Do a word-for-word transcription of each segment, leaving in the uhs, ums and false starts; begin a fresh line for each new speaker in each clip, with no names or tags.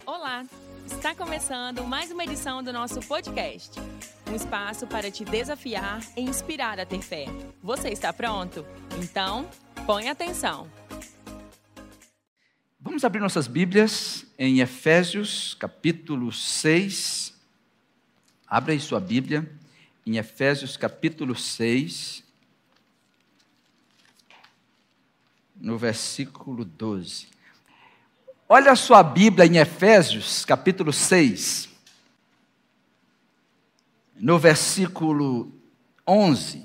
Olá! Está começando mais uma edição do nosso podcast. Um espaço para te desafiar e inspirar a ter fé. Você está pronto? Então, põe atenção.
Vamos abrir nossas Bíblias em Efésios, capítulo seis. Abra aí sua Bíblia em Efésios, capítulo seis, no versículo doze. Olha a sua Bíblia em Efésios, capítulo seis, no versículo onze.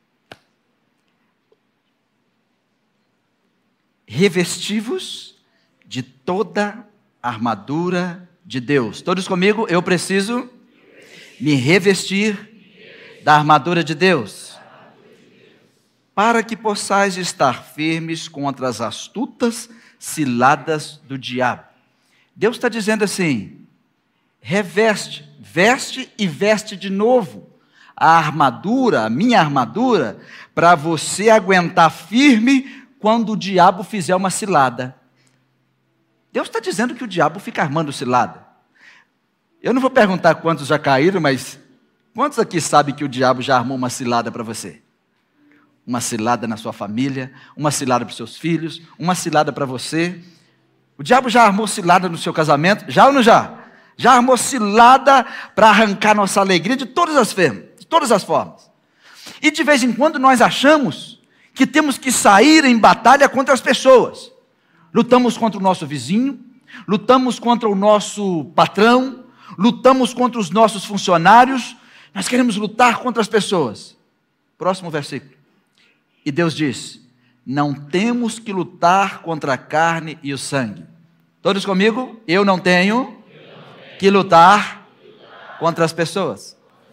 Revesti-vos de toda a armadura de Deus. Todos comigo, eu preciso me revestir da armadura de Deus, para que possais estar firmes contra as astutas ciladas do diabo. Deus está dizendo assim: reveste, veste e veste de novo a armadura, a minha armadura, para você aguentar firme quando o diabo fizer uma cilada. Deus está dizendo que o diabo fica armando cilada. Eu não vou perguntar quantos já caíram, mas quantos aqui sabem que o diabo já armou uma cilada para você? Uma cilada na sua família, uma cilada para os seus filhos, uma cilada para você. O diabo já armou cilada no seu casamento, já ou não já? Já armou cilada para arrancar nossa alegria de todas as formas, de todas as formas. E de vez em quando nós achamos que temos que sair em batalha contra as pessoas. Lutamos contra o nosso vizinho, lutamos contra o nosso patrão, lutamos contra os nossos funcionários, nós queremos lutar contra as pessoas. Próximo versículo. E Deus diz: não temos que lutar contra a carne e o sangue. Todos comigo? Eu não tenho que lutar contra as pessoas.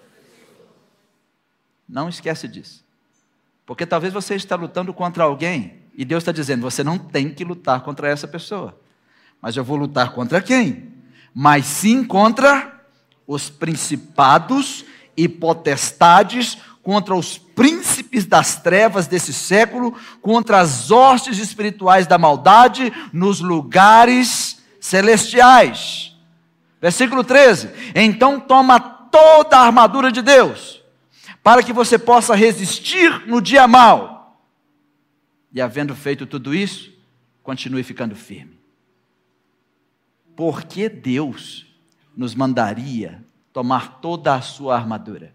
Não esquece disso. Porque talvez você está lutando contra alguém e Deus está dizendo: você não tem que lutar contra essa pessoa. Mas eu vou lutar contra quem? Mas sim contra os principados e potestades, contra os príncipes das trevas desse século, contra as hostes espirituais da maldade nos lugares celestiais. Versículo treze. Então toma toda a armadura de Deus, para que você possa resistir no dia mau. E havendo feito tudo isso, continue ficando firme. Por que Deus nos mandaria tomar toda a sua armadura?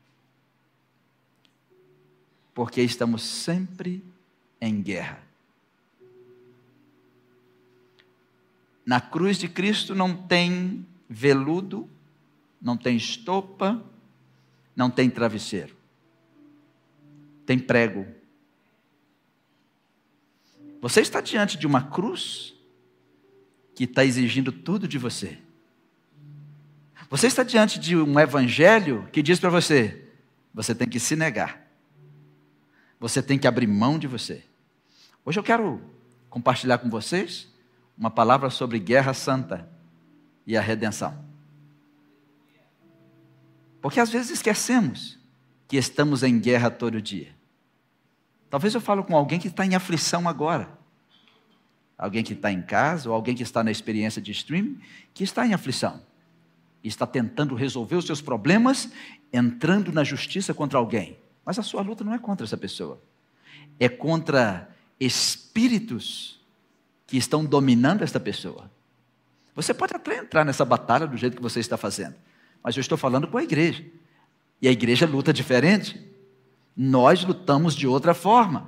Porque estamos sempre em guerra. Na cruz de Cristo não tem veludo, não tem estopa, não tem travesseiro. Tem prego. Você está diante de uma cruz que está exigindo tudo de você. Você está diante de um evangelho que diz para você: você tem que se negar. Você tem que abrir mão de você. Hoje eu quero compartilhar com vocês uma palavra sobre guerra santa e a redenção. Porque às vezes esquecemos que estamos em guerra todo dia. Talvez eu falo com alguém que está em aflição agora. Alguém que está em casa, ou alguém que está na experiência de streaming, que está em aflição. E está tentando resolver os seus problemas, entrando na justiça contra alguém. Mas a sua luta não é contra essa pessoa. É contra espíritos que estão dominando esta pessoa. Você pode até entrar nessa batalha do jeito que você está fazendo. Mas eu estou falando com a igreja. E a igreja luta diferente. Nós lutamos de outra forma.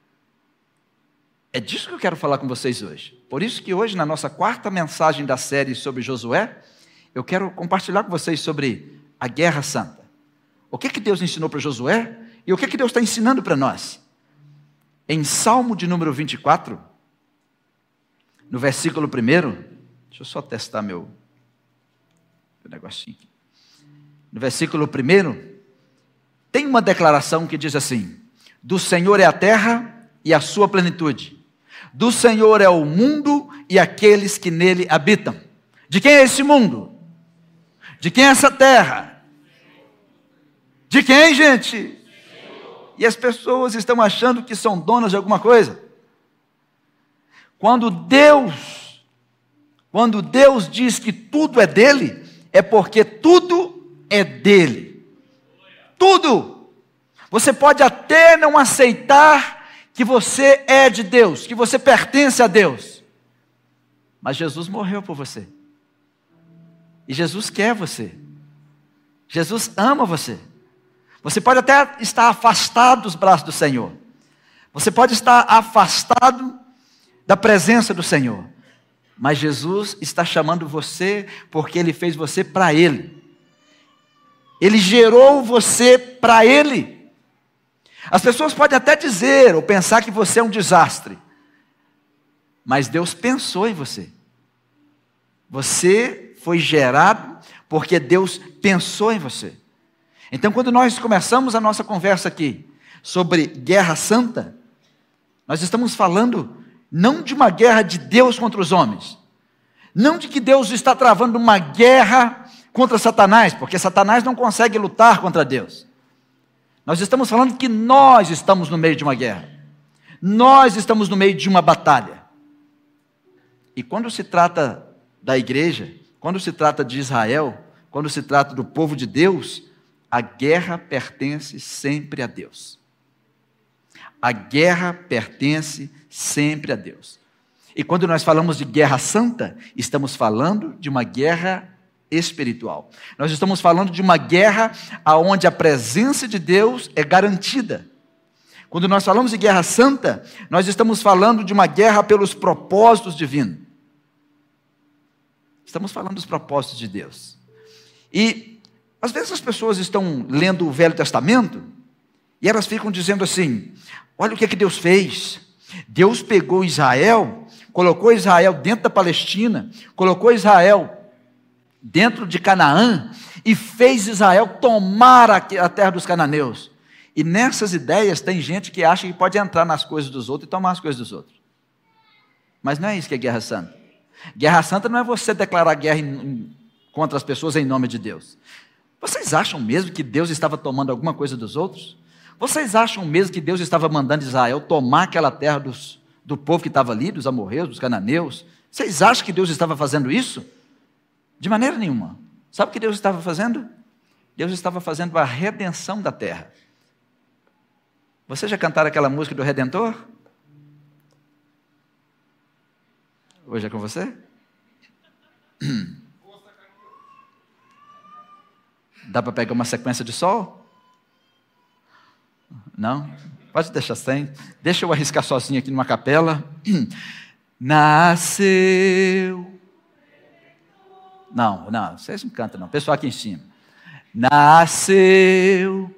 É disso que eu quero falar com vocês hoje. Por isso que hoje, na nossa quarta mensagem da série sobre Josué, eu quero compartilhar com vocês sobre a guerra santa. O que que Deus ensinou para Josué e o que que Deus está ensinando para nós? Em Salmo de número vinte e quatro, no versículo primeiro, deixa eu só testar meu, meu negocinho aqui. No versículo primeiro, tem uma declaração que diz assim: do Senhor é a terra e a sua plenitude, do Senhor é o mundo e aqueles que nele habitam. De quem é esse mundo? De quem é essa terra? De quem, gente? E as pessoas estão achando que são donas de alguma coisa. Quando Deus Quando Deus diz que tudo é dele, é porque tudo é dele. Tudo. Você pode até não aceitar que você é de Deus, que você pertence a Deus. Mas Jesus morreu por você. E Jesus quer você. Jesus ama você. Você pode até estar afastado dos braços do Senhor. Você pode estar afastado da presença do Senhor. Mas Jesus está chamando você porque Ele fez você para Ele. Ele gerou você para Ele. As pessoas podem até dizer ou pensar que você é um desastre. Mas Deus pensou em você. Você foi gerado porque Deus pensou em você. Então, quando nós começamos a nossa conversa aqui sobre guerra santa, nós estamos falando não de uma guerra de Deus contra os homens, não de que Deus está travando uma guerra contra Satanás, porque Satanás não consegue lutar contra Deus. Nós estamos falando que nós estamos no meio de uma guerra, nós estamos no meio de uma batalha. E quando se trata da igreja, quando se trata de Israel, quando se trata do povo de Deus, a guerra pertence sempre a Deus. A guerra pertence sempre a Deus. E quando nós falamos de guerra santa, estamos falando de uma guerra espiritual. Nós estamos falando de uma guerra onde a presença de Deus é garantida. Quando nós falamos de guerra santa, nós estamos falando de uma guerra pelos propósitos divinos. Estamos falando dos propósitos de Deus. E às vezes as pessoas estão lendo o Velho Testamento e elas ficam dizendo assim: olha o que é que Deus fez. Deus pegou Israel, colocou Israel dentro da Palestina, colocou Israel dentro de Canaã e fez Israel tomar a terra dos cananeus. E nessas ideias tem gente que acha que pode entrar nas coisas dos outros e tomar as coisas dos outros. Mas não é isso que é guerra santa. Guerra santa não é você declarar guerra em, em, contra as pessoas em nome de Deus. Vocês acham mesmo que Deus estava tomando alguma coisa dos outros? Vocês acham mesmo que Deus estava mandando Israel tomar aquela terra dos, do povo que estava ali, dos amorreus, dos cananeus? Vocês acham que Deus estava fazendo isso? De maneira nenhuma. Sabe o que Deus estava fazendo? Deus estava fazendo a redenção da terra. Vocês já cantaram aquela música do Redentor? Hoje é com você? Dá para pegar uma sequência de sol? Não? Pode deixar sem. Deixa eu arriscar sozinho aqui numa capela. Nasceu. Não, não, vocês não cantam não. Pessoal aqui em cima. Nasceu.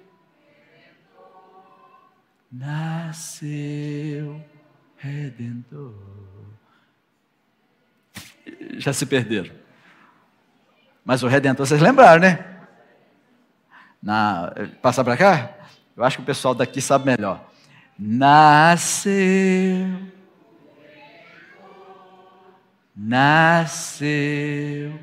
Nasceu Redentor. Já se perderam. Mas o Redentor, vocês lembraram, né? Na, passar para cá? Eu acho que o pessoal daqui sabe melhor. Nasceu. Nasceu.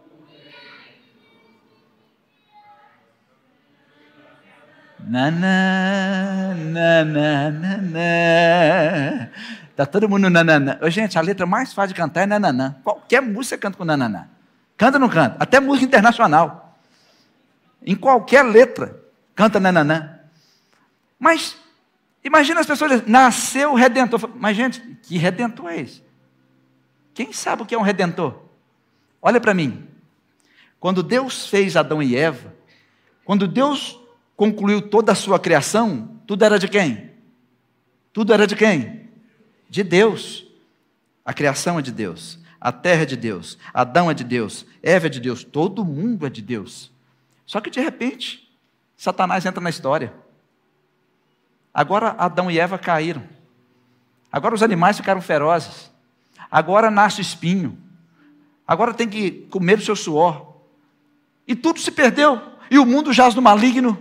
Nanã, nanã, nanã. Tá todo mundo nananã. Gente, a letra mais fácil de cantar é nananã. Qualquer música canta com nananã. Canta ou não canta? Até música internacional. Em qualquer letra, canta nananã. Mas, imagina as pessoas dizendo, nasceu o Redentor. Mas, gente, que Redentor é esse? Quem sabe o que é um Redentor? Olha para mim. Quando Deus fez Adão e Eva, quando Deus concluiu toda a sua criação, tudo era de quem? Tudo era de quem? De Deus. A criação é de Deus, a terra é de Deus, Adão é de Deus, Eva é de Deus, todo mundo é de Deus. Só que de repente, Satanás entra na história. Agora Adão e Eva caíram. Agora os animais ficaram ferozes. Agora nasce espinho. Agora tem que comer o seu suor. E tudo se perdeu. E o mundo jaz no maligno.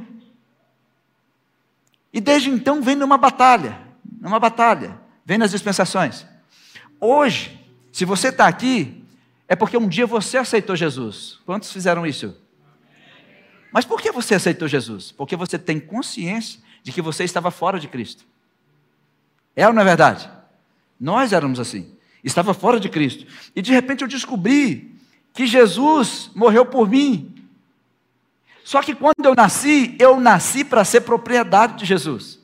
E desde então vem numa batalha. Numa batalha. Vem nas dispensações. Hoje, se você está aqui, é porque um dia você aceitou Jesus. Quantos fizeram isso? Mas por que você aceitou Jesus? Porque você tem consciência de que você estava fora de Cristo. É ou não é verdade? Nós éramos assim. estava fora de Cristo. E de repente eu descobri que Jesus morreu por mim. Só que quando eu nasci, eu nasci para ser propriedade de Jesus.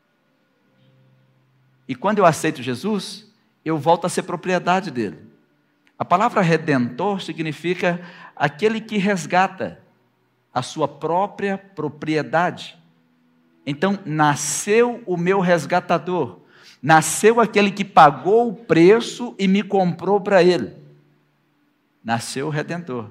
E quando eu aceito Jesus, eu volto a ser propriedade dele. A palavra redentor significa aquele que resgata a sua própria propriedade. Então, nasceu o meu resgatador. Nasceu aquele que pagou o preço e me comprou para ele. Nasceu o redentor.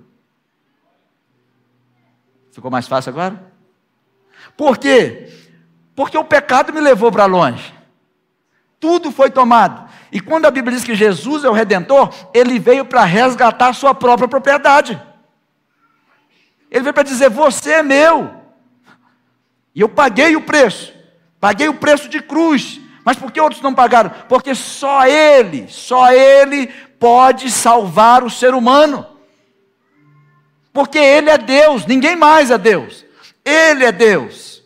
Ficou mais fácil agora? Por quê? Porque o pecado me levou para longe. Tudo foi tomado. E quando a Bíblia diz que Jesus é o redentor, ele veio para resgatar a sua própria propriedade. Ele veio para dizer, você é meu. E eu paguei o preço. Paguei o preço de cruz. Mas por que outros não pagaram? Porque só ele, só ele pode salvar o ser humano. Porque ele é Deus, ninguém mais é Deus. Ele é Deus.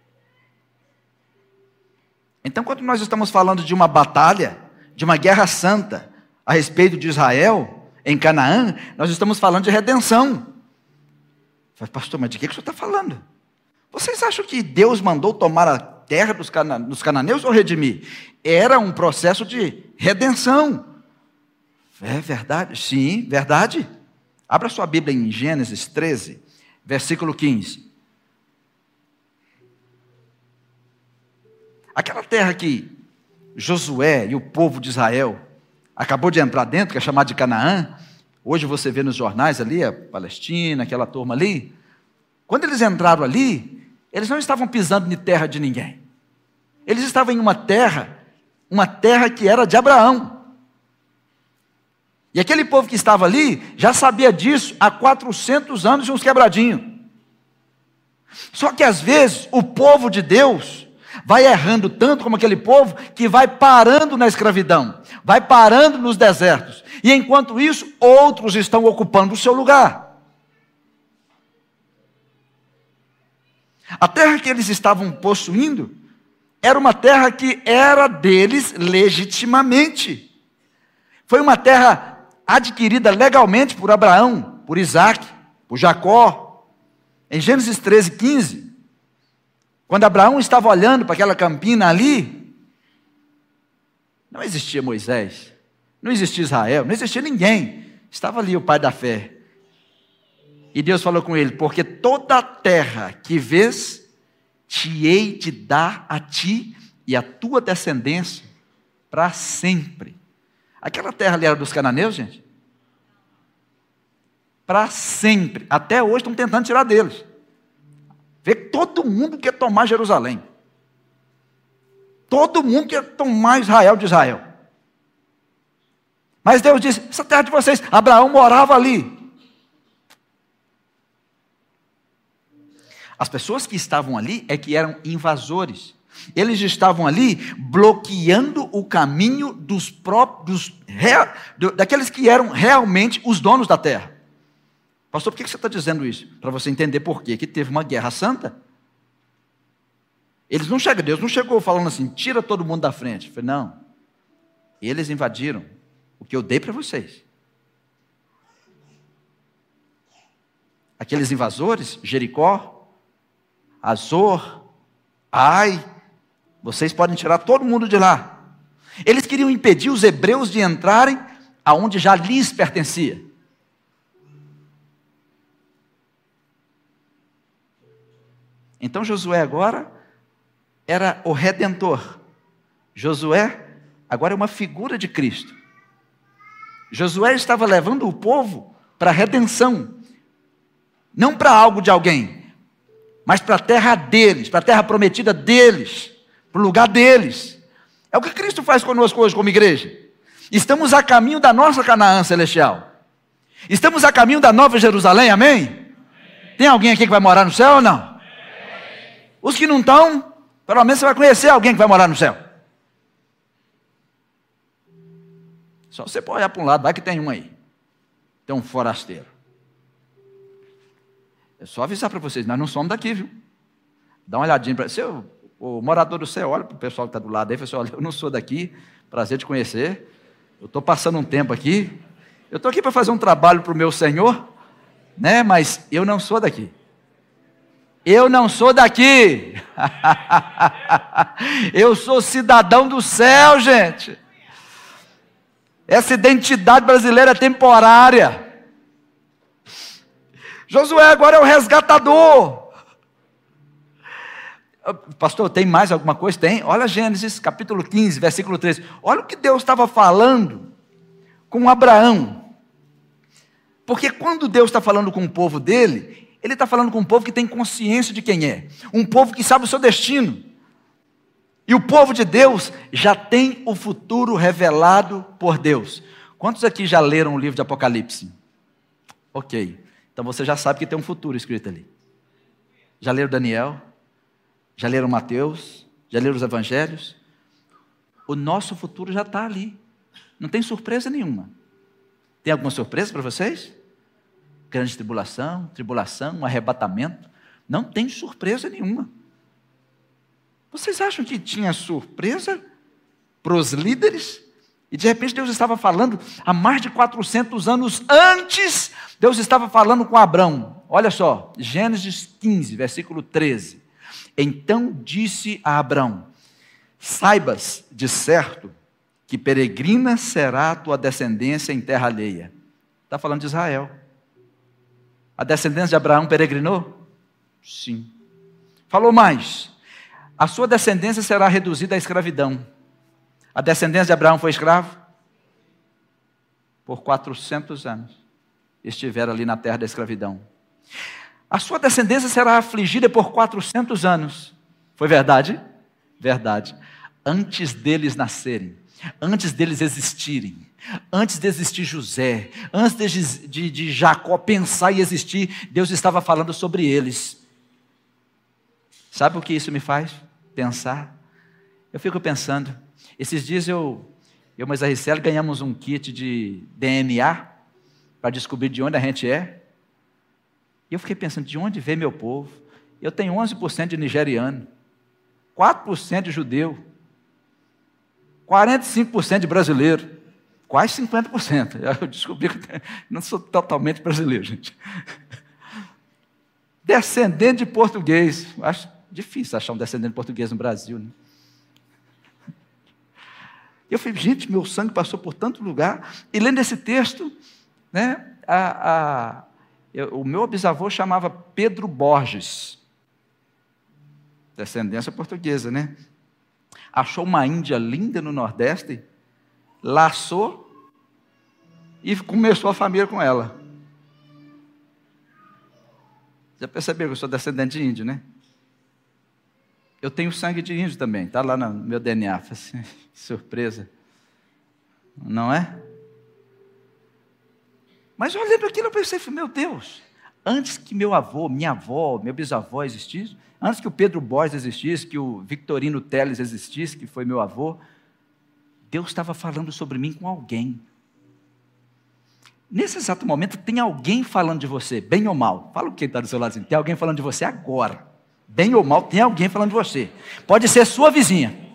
Então, quando nós estamos falando de uma batalha, de uma guerra santa, a respeito de Israel, em Canaã, nós estamos falando de redenção. Pastor, mas de que o senhor está falando? Vocês acham que Deus mandou tomar a terra dos, cana- dos cananeus ou redimir? Era um processo de redenção. É verdade? Sim, verdade. Abra sua Bíblia em Gênesis treze, versículo quinze. Aquela terra que Josué e o povo de Israel acabou de entrar dentro, que é chamada de Canaã, hoje você vê nos jornais ali, a Palestina, aquela turma ali. Quando eles entraram ali, eles não estavam pisando em terra de ninguém. Eles estavam em uma terra, uma terra que era de Abraão. E aquele povo que estava ali, já sabia disso há quatrocentos anos e uns quebradinhos. Só que às vezes, o povo de Deus vai errando tanto como aquele povo, que vai parando na escravidão, vai parando nos desertos. E enquanto isso, outros estão ocupando o seu lugar. A terra que eles estavam possuindo, era uma terra que era deles legitimamente. Foi uma terra adquirida legalmente por Abraão, por Isaac, por Jacó. Em Gênesis treze, quinze, quando Abraão estava olhando para aquela campina ali, não existia Moisés, não existia Israel, não existia ninguém. Estava ali o pai da fé. E Deus falou com ele, porque toda a terra que vês, te hei de dar a ti e a tua descendência para sempre. Aquela terra ali era dos cananeus, gente? Para sempre. Até hoje estão tentando tirar deles. Vê que todo mundo quer tomar Jerusalém. Todo mundo quer tomar Israel de Israel. Mas Deus disse, essa terra de vocês, Abraão morava ali. As pessoas que estavam ali é que eram invasores. Eles estavam ali bloqueando o caminho dos próprios, daqueles que eram realmente os donos da terra. Pastor, por que você está dizendo isso? Para você entender por quê que teve uma guerra santa. Eles não chegam, Deus não chegou falando assim, tira todo mundo da frente. Eu falei, não. Eles invadiram o que eu dei para vocês. Aqueles invasores, Jericó, Azor, Ai, vocês podem tirar todo mundo de lá. Eles queriam impedir os hebreus de entrarem aonde já lhes pertencia. Então Josué agora era o redentor. Josué agora é uma figura de Cristo. Josué estava levando o povo para a redenção. Não para algo de alguém, mas para a terra deles, para a terra prometida deles, para o lugar deles. É o que Cristo faz conosco hoje como igreja. Estamos a caminho da nossa Canaã celestial. Estamos a caminho da Nova Jerusalém, amém? Amém. Tem alguém aqui que vai morar no céu ou não? Amém. Os que não estão, pelo menos você vai conhecer alguém que vai morar no céu. Só você pode olhar para um lado, vai que tem um aí. Tem um forasteiro. É só avisar para vocês, nós não somos daqui, viu? Dá uma olhadinha para você, o, o morador do céu, olha para o pessoal que está do lado aí, e fala assim, olha, eu não sou daqui, prazer te conhecer, Eu estou passando um tempo aqui, eu estou aqui para fazer um trabalho para o meu Senhor, né? Mas eu não sou daqui. Eu não sou daqui. Eu sou cidadão do céu, gente. Essa identidade brasileira é temporária. Josué agora é o resgatador. Pastor, tem mais alguma coisa? Tem. Olha Gênesis capítulo quinze, versículo treze. Olha o que Deus estava falando com Abraão. Porque quando Deus está falando com o povo dele, Ele está falando com um povo que tem consciência de quem é. Um povo que sabe o seu destino. E o povo de Deus já tem o futuro revelado por Deus. Quantos aqui já leram o livro de Apocalipse? Ok. Então você já sabe que tem um futuro escrito ali. Já leram Daniel? Já leram Mateus? Já leram os evangelhos? O nosso futuro já está ali. Não tem surpresa nenhuma. Tem alguma surpresa para vocês? Grande tribulação, tribulação, um arrebatamento. Não tem surpresa nenhuma. Vocês acham que tinha surpresa para os líderes? E de repente Deus estava falando, há mais de quatrocentos anos antes, Deus estava falando com Abrão. Olha só, Gênesis quinze, versículo treze. Então disse a Abrão: saibas de certo que peregrina será a tua descendência em terra alheia. Está falando de Israel. A descendência de Abraão peregrinou? Sim. Falou mais: a sua descendência será reduzida à escravidão. A descendência de Abraão foi escravo? Por quatrocentos anos. Estiveram ali na terra da escravidão. A sua descendência será afligida por quatrocentos anos. Foi verdade? Verdade. Antes deles nascerem, antes deles existirem, antes de existir José, antes de, de, de Jacó pensar e existir, Deus estava falando sobre eles. Sabe o que isso me faz pensar? Eu fico pensando, esses dias eu, eu e a Ricela ganhamos um kit de D N A para descobrir de onde a gente é. E eu fiquei pensando, de onde vem meu povo? Eu tenho onze por cento de nigeriano, quatro por cento de judeu, quarenta e cinco por cento de brasileiro, quase cinquenta por cento. Eu descobri que não sou totalmente brasileiro, gente. Descendente de português. Acho difícil achar um descendente de português no Brasil, né? Eu falei, gente, meu sangue passou por tanto lugar. E lendo esse texto, né, a, a, eu, o meu bisavô chamava Pedro Borges. Descendência portuguesa, né? Achou uma índia linda no Nordeste, laçou e começou a família com ela. Já percebeu que eu sou descendente de índio, né? Eu tenho sangue de índio também, está lá no meu D N A. Assim, surpresa. Não é? Mas olhando aquilo, eu pensei, meu Deus, antes que meu avô, minha avó, meu bisavó existisse, antes que o Pedro Borges existisse, que o Victorino Teles existisse, que foi meu avô, Deus estava falando sobre mim com alguém. Nesse exato momento, tem alguém falando de você, bem ou mal. Fala o que está do seu lado assim, tem alguém falando de você agora. Bem ou mal, tem alguém falando de você. Pode ser sua vizinha.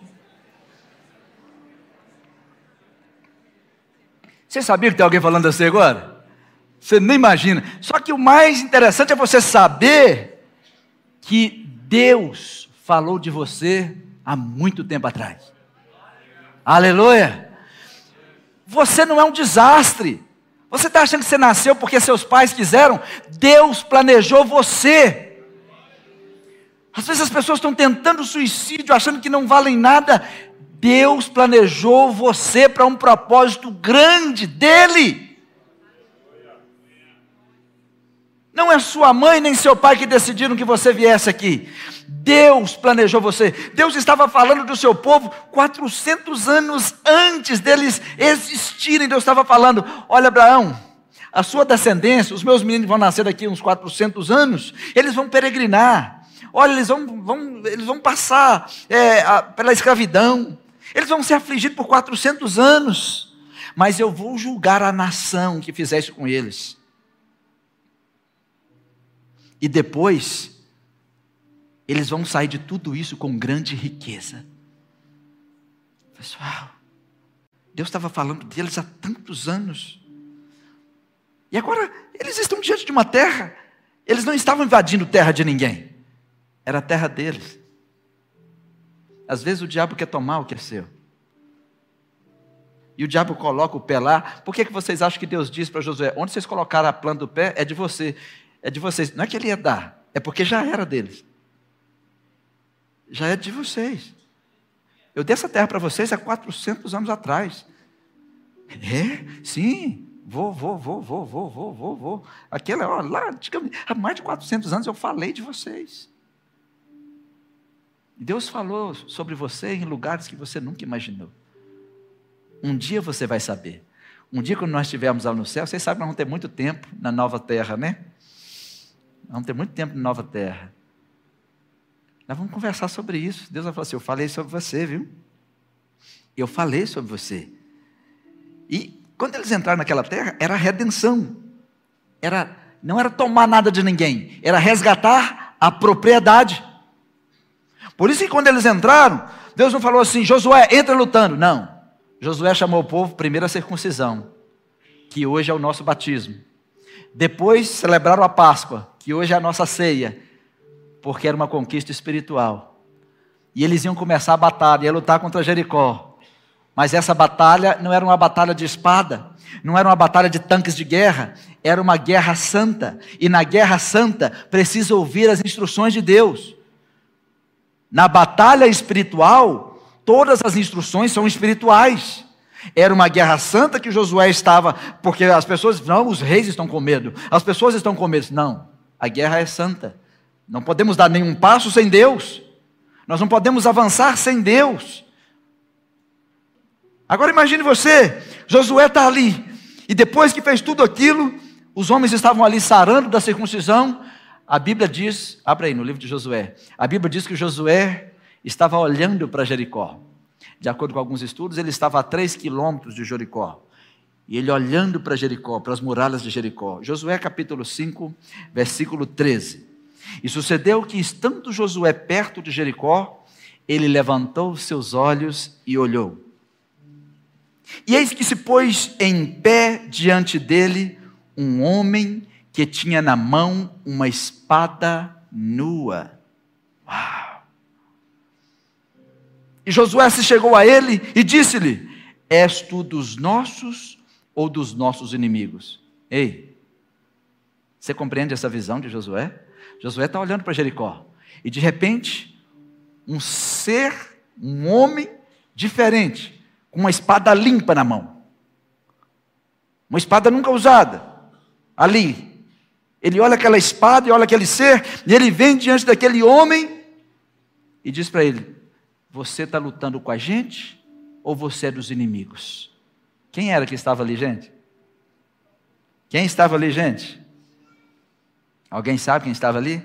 Você sabia que tem alguém falando de você agora? Você nem imagina. Só que o mais interessante é você saber que Deus falou de você há muito tempo atrás. Aleluia! Você não é um desastre. Você está achando que você nasceu porque seus pais quiseram? Deus planejou você. Às vezes as pessoas estão tentando suicídio, achando que não valem nada. Deus planejou você para um propósito grande dele. Não é sua mãe nem seu pai que decidiram que você viesse aqui. Deus planejou você. Deus estava falando do seu povo quatrocentos anos antes deles existirem. Deus estava falando, olha Abraão, a sua descendência, os meus meninos vão nascer daqui uns quatrocentos anos, eles vão peregrinar. Olha, eles vão, vão, eles vão passar é, a, pela escravidão. Eles vão ser afligidos por quatrocentos anos. Mas eu vou julgar a nação que fizer isso com eles. E depois, eles vão sair de tudo isso com grande riqueza. Pessoal, Deus estava falando deles há tantos anos. E agora eles estão diante de uma terra. Eles não estavam invadindo terra de ninguém. Era a terra deles. Às vezes o diabo quer tomar o que é seu. E o diabo coloca o pé lá. Por que, que vocês acham que Deus diz para Josué? Onde vocês colocaram a planta do pé é de você. É de vocês. Não é que ele ia dar. É porque já era deles. Já é de vocês. Eu dei essa terra para vocês há quatrocentos anos atrás. É? Sim. Vou, vou, vou, vou, vou, vou, vou, vou. Aquela, ó, lá, há mais de quatrocentos anos eu falei de vocês. Deus falou sobre você em lugares que você nunca imaginou. Um dia você vai saber. Um dia quando nós estivermos lá no céu, vocês sabem que nós vamos ter muito tempo na nova terra, né? Nós vamos ter muito tempo na nova terra. Nós vamos conversar sobre isso. Deus vai falar assim, eu falei sobre você, viu? Eu falei sobre você. E quando eles entraram naquela terra, era redenção. Era, não era tomar nada de ninguém. Era resgatar a propriedade. Por isso que quando eles entraram, Deus não falou assim, Josué, entra lutando. Não. Josué chamou o povo primeiro a circuncisão, que hoje é o nosso batismo. Depois celebraram a Páscoa, que hoje é a nossa ceia, porque era uma conquista espiritual. E eles iam começar a batalha, iam lutar contra Jericó. Mas essa batalha não era uma batalha de espada, não era uma batalha de tanques de guerra, era uma guerra santa. E na guerra santa precisa ouvir as instruções de Deus. Na batalha espiritual, todas as instruções são espirituais. Era uma guerra santa que Josué estava, porque as pessoas, não, os reis estão com medo, as pessoas estão com medo. Não, a guerra é santa. Não podemos dar nenhum passo sem Deus. Nós não podemos avançar sem Deus. Agora imagine você, Josué está ali, e depois que fez tudo aquilo, os homens estavam ali sarando da circuncisão. A Bíblia diz, abre aí no livro de Josué, a Bíblia diz que Josué estava olhando para Jericó. De acordo com alguns estudos, ele estava a três quilômetros de Jericó. E ele olhando para Jericó, para as muralhas de Jericó. Josué capítulo cinco, versículo treze. E sucedeu que, estando Josué perto de Jericó, ele levantou os seus olhos e olhou. E eis que se pôs em pé diante dele um homem que tinha na mão uma espada nua. Uau! E Josué se chegou a ele e disse-lhe, és tu dos nossos ou dos nossos inimigos? Ei, você compreende essa visão de Josué? Josué está olhando para Jericó. E de repente, um ser, um homem diferente, com uma espada limpa na mão. Uma espada nunca usada. Ali. Ele olha aquela espada e olha aquele ser, e ele vem diante daquele homem e diz para ele, você está lutando com a gente ou você é dos inimigos? Quem era que estava ali, gente? Quem estava ali, gente? Alguém sabe quem estava ali?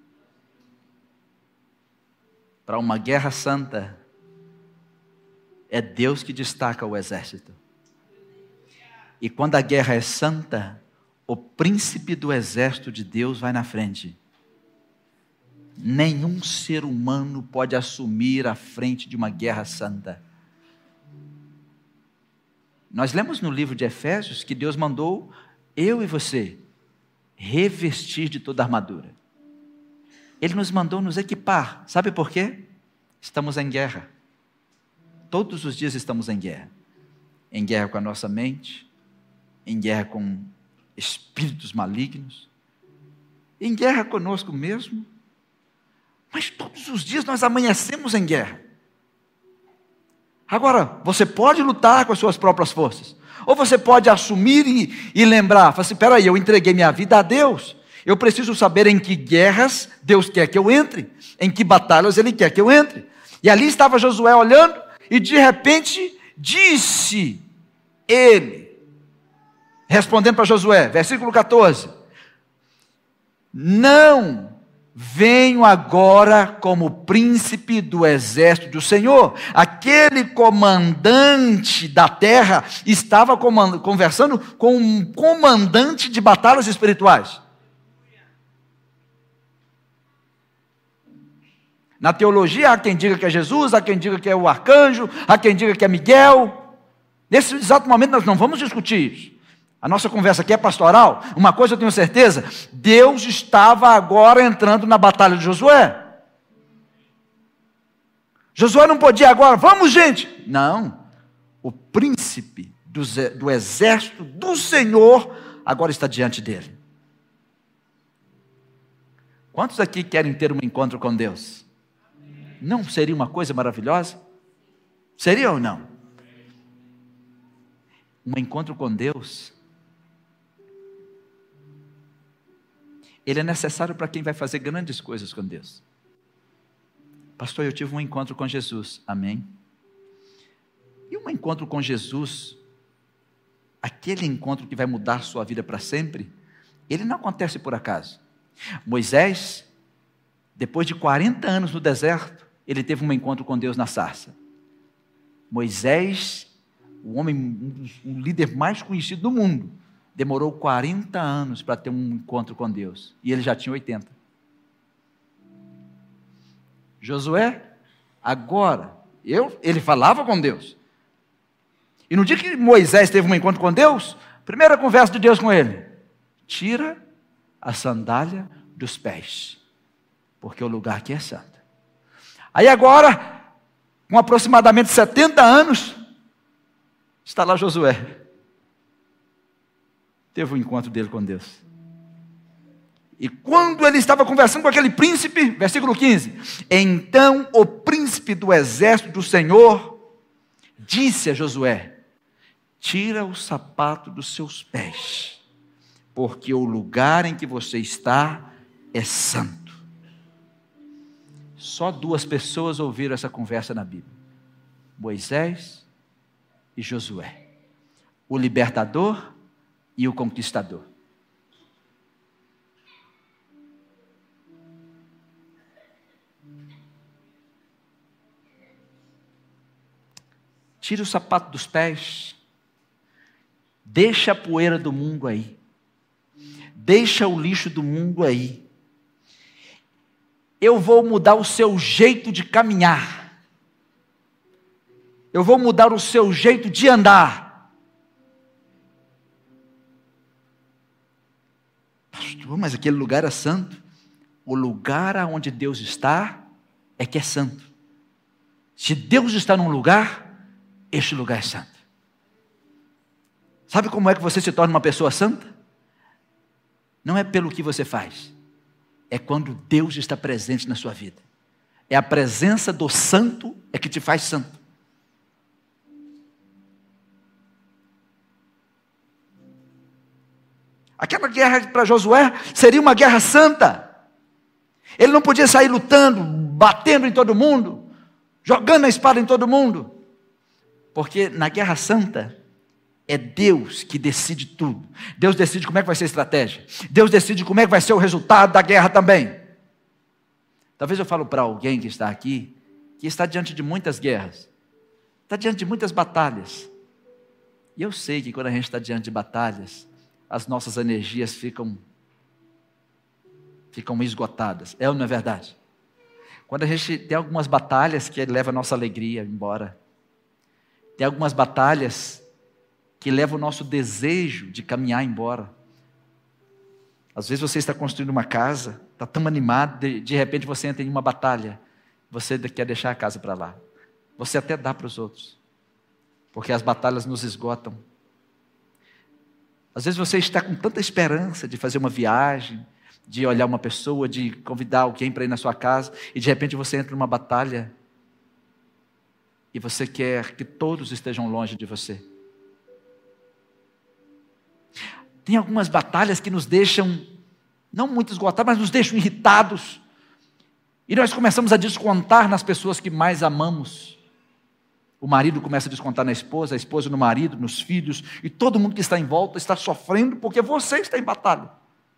Para uma guerra santa, é Deus que destaca o exército. E quando a guerra é santa, o príncipe do exército de Deus vai na frente. Nenhum ser humano pode assumir a frente de uma guerra santa. Nós lemos no livro de Efésios que Deus mandou eu e você revestir de toda a armadura. Ele nos mandou nos equipar. Sabe por quê? Estamos em guerra. Todos os dias estamos em guerra. Em guerra com a nossa mente, em guerra com espíritos malignos, em guerra conosco mesmo. Mas todos os dias nós amanhecemos em guerra. Agora, você pode lutar com as suas próprias forças. Ou você pode assumir e, e lembrar, falar assim, espera aí, eu entreguei minha vida a Deus. Eu preciso saber em que guerras Deus quer que eu entre. Em que batalhas Ele quer que eu entre. E ali estava Josué olhando e de repente disse ele, respondendo para Josué, versículo catorze. Não venho agora como príncipe do exército do Senhor. Aquele comandante da terra estava conversando com um comandante de batalhas espirituais. Na teologia há quem diga que é Jesus, há quem diga que é o arcanjo, há quem diga que é Miguel. Nesse exato momento nós não vamos discutir isso. A nossa conversa aqui é pastoral. Uma coisa eu tenho certeza, Deus estava agora entrando na batalha de Josué. Josué não podia agora, vamos gente. Não, o príncipe do, do exército do Senhor agora está diante dele. Quantos aqui querem ter um encontro com Deus? Não seria uma coisa maravilhosa? Seria ou não? Um encontro com Deus, ele é necessário para quem vai fazer grandes coisas com Deus. Pastor, eu tive um encontro com Jesus, amém? E um encontro com Jesus, aquele encontro que vai mudar sua vida para sempre, ele não acontece por acaso. Moisés, depois de quarenta anos no deserto, ele teve um encontro com Deus na sarça. Moisés, o homem, o líder mais conhecido do mundo, demorou quarenta anos para ter um encontro com Deus, e ele já tinha oitenta. Josué, agora, eu, ele falava com Deus. E no dia que Moisés teve um encontro com Deus, primeira conversa de Deus com ele: tira a sandália dos pés, porque o lugar aqui é santo. Aí agora, com aproximadamente setenta anos, está lá Josué. Teve um encontro dele com Deus. E quando ele estava conversando com aquele príncipe, versículo quinze, então o príncipe do exército do Senhor disse a Josué: tira o sapato dos seus pés, porque o lugar em que você está é santo. Só duas pessoas ouviram essa conversa na Bíblia: Moisés e Josué, o libertador e o conquistador. Tira o sapato dos pés, deixa a poeira do mundo aí, deixa o lixo do mundo aí. Eu vou mudar o seu jeito de caminhar, eu vou mudar o seu jeito de andar. Pastor, mas aquele lugar é santo. O lugar onde Deus está é que é santo. Se Deus está num lugar, este lugar é santo. Sabe como é que você se torna uma pessoa santa? Não é pelo que você faz, é quando Deus está presente na sua vida. É a presença do santo é que te faz santo. Aquela guerra para Josué seria uma guerra santa. Ele não podia sair lutando, batendo em todo mundo, jogando a espada em todo mundo. Porque na guerra santa, é Deus que decide tudo. Deus decide como é que vai ser a estratégia. Deus decide como é que vai ser o resultado da guerra também. Talvez eu falo para alguém que está aqui, que está diante de muitas guerras, está diante de muitas batalhas. E eu sei que quando a gente está diante de batalhas, as nossas energias ficam, ficam esgotadas. É ou não é verdade? Quando a gente tem algumas batalhas que levam a nossa alegria embora. Tem algumas batalhas que levam o nosso desejo de caminhar embora. Às vezes você está construindo uma casa, está tão animado, de, de repente você entra em uma batalha, você quer deixar a casa para lá. Você até dá para os outros, porque as batalhas nos esgotam. Às vezes você está com tanta esperança de fazer uma viagem, de olhar uma pessoa, de convidar alguém para ir na sua casa, e de repente você entra numa batalha, e você quer que todos estejam longe de você. Tem algumas batalhas que nos deixam, não muito esgotados, mas nos deixam irritados. E nós começamos a descontar nas pessoas que mais amamos. O marido começa a descontar na esposa, a esposa no marido, nos filhos, e todo mundo que está em volta está sofrendo porque você está em batalha.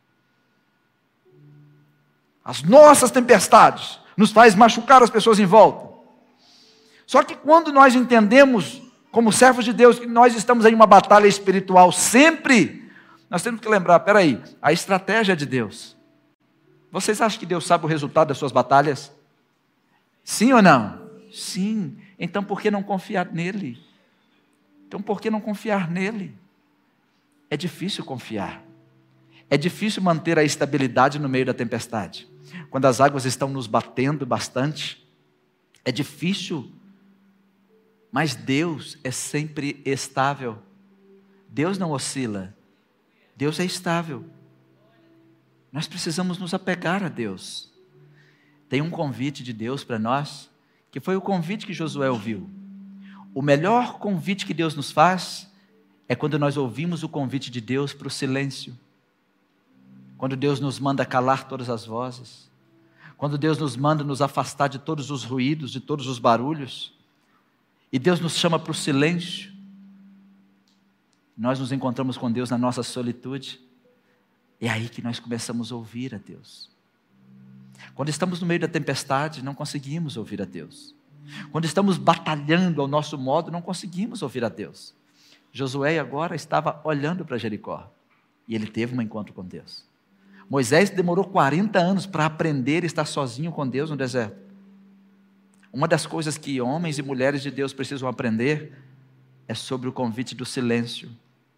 As nossas tempestades nos faz machucar as pessoas em volta. Só que quando nós entendemos, como servos de Deus, que nós estamos em uma batalha espiritual sempre, nós temos que lembrar, peraí, a estratégia é de Deus. Vocês acham que Deus sabe o resultado das suas batalhas? Sim ou não? Sim. Então por que não confiar nele? Então por que não confiar nele? É difícil confiar. É difícil manter a estabilidade no meio da tempestade. Quando as águas estão nos batendo bastante, é difícil, mas Deus é sempre estável. Deus não oscila. Deus é estável. Nós precisamos nos apegar a Deus. Tem um convite de Deus para nós, que foi o convite que Josué ouviu. O melhor convite que Deus nos faz é quando nós ouvimos o convite de Deus para o silêncio. Quando Deus nos manda calar todas as vozes. Quando Deus nos manda nos afastar de todos os ruídos, de todos os barulhos. E Deus nos chama para o silêncio. Nós nos encontramos com Deus na nossa solitude. É aí que nós começamos a ouvir a Deus. Quando estamos no meio da tempestade, não conseguimos ouvir a Deus. Quando estamos batalhando ao nosso modo, não conseguimos ouvir a Deus. Josué agora estava olhando para Jericó. E ele teve um encontro com Deus. Moisés demorou quarenta anos para aprender a estar sozinho com Deus no deserto. Uma das coisas que homens e mulheres de Deus precisam aprender é sobre o convite do silêncio.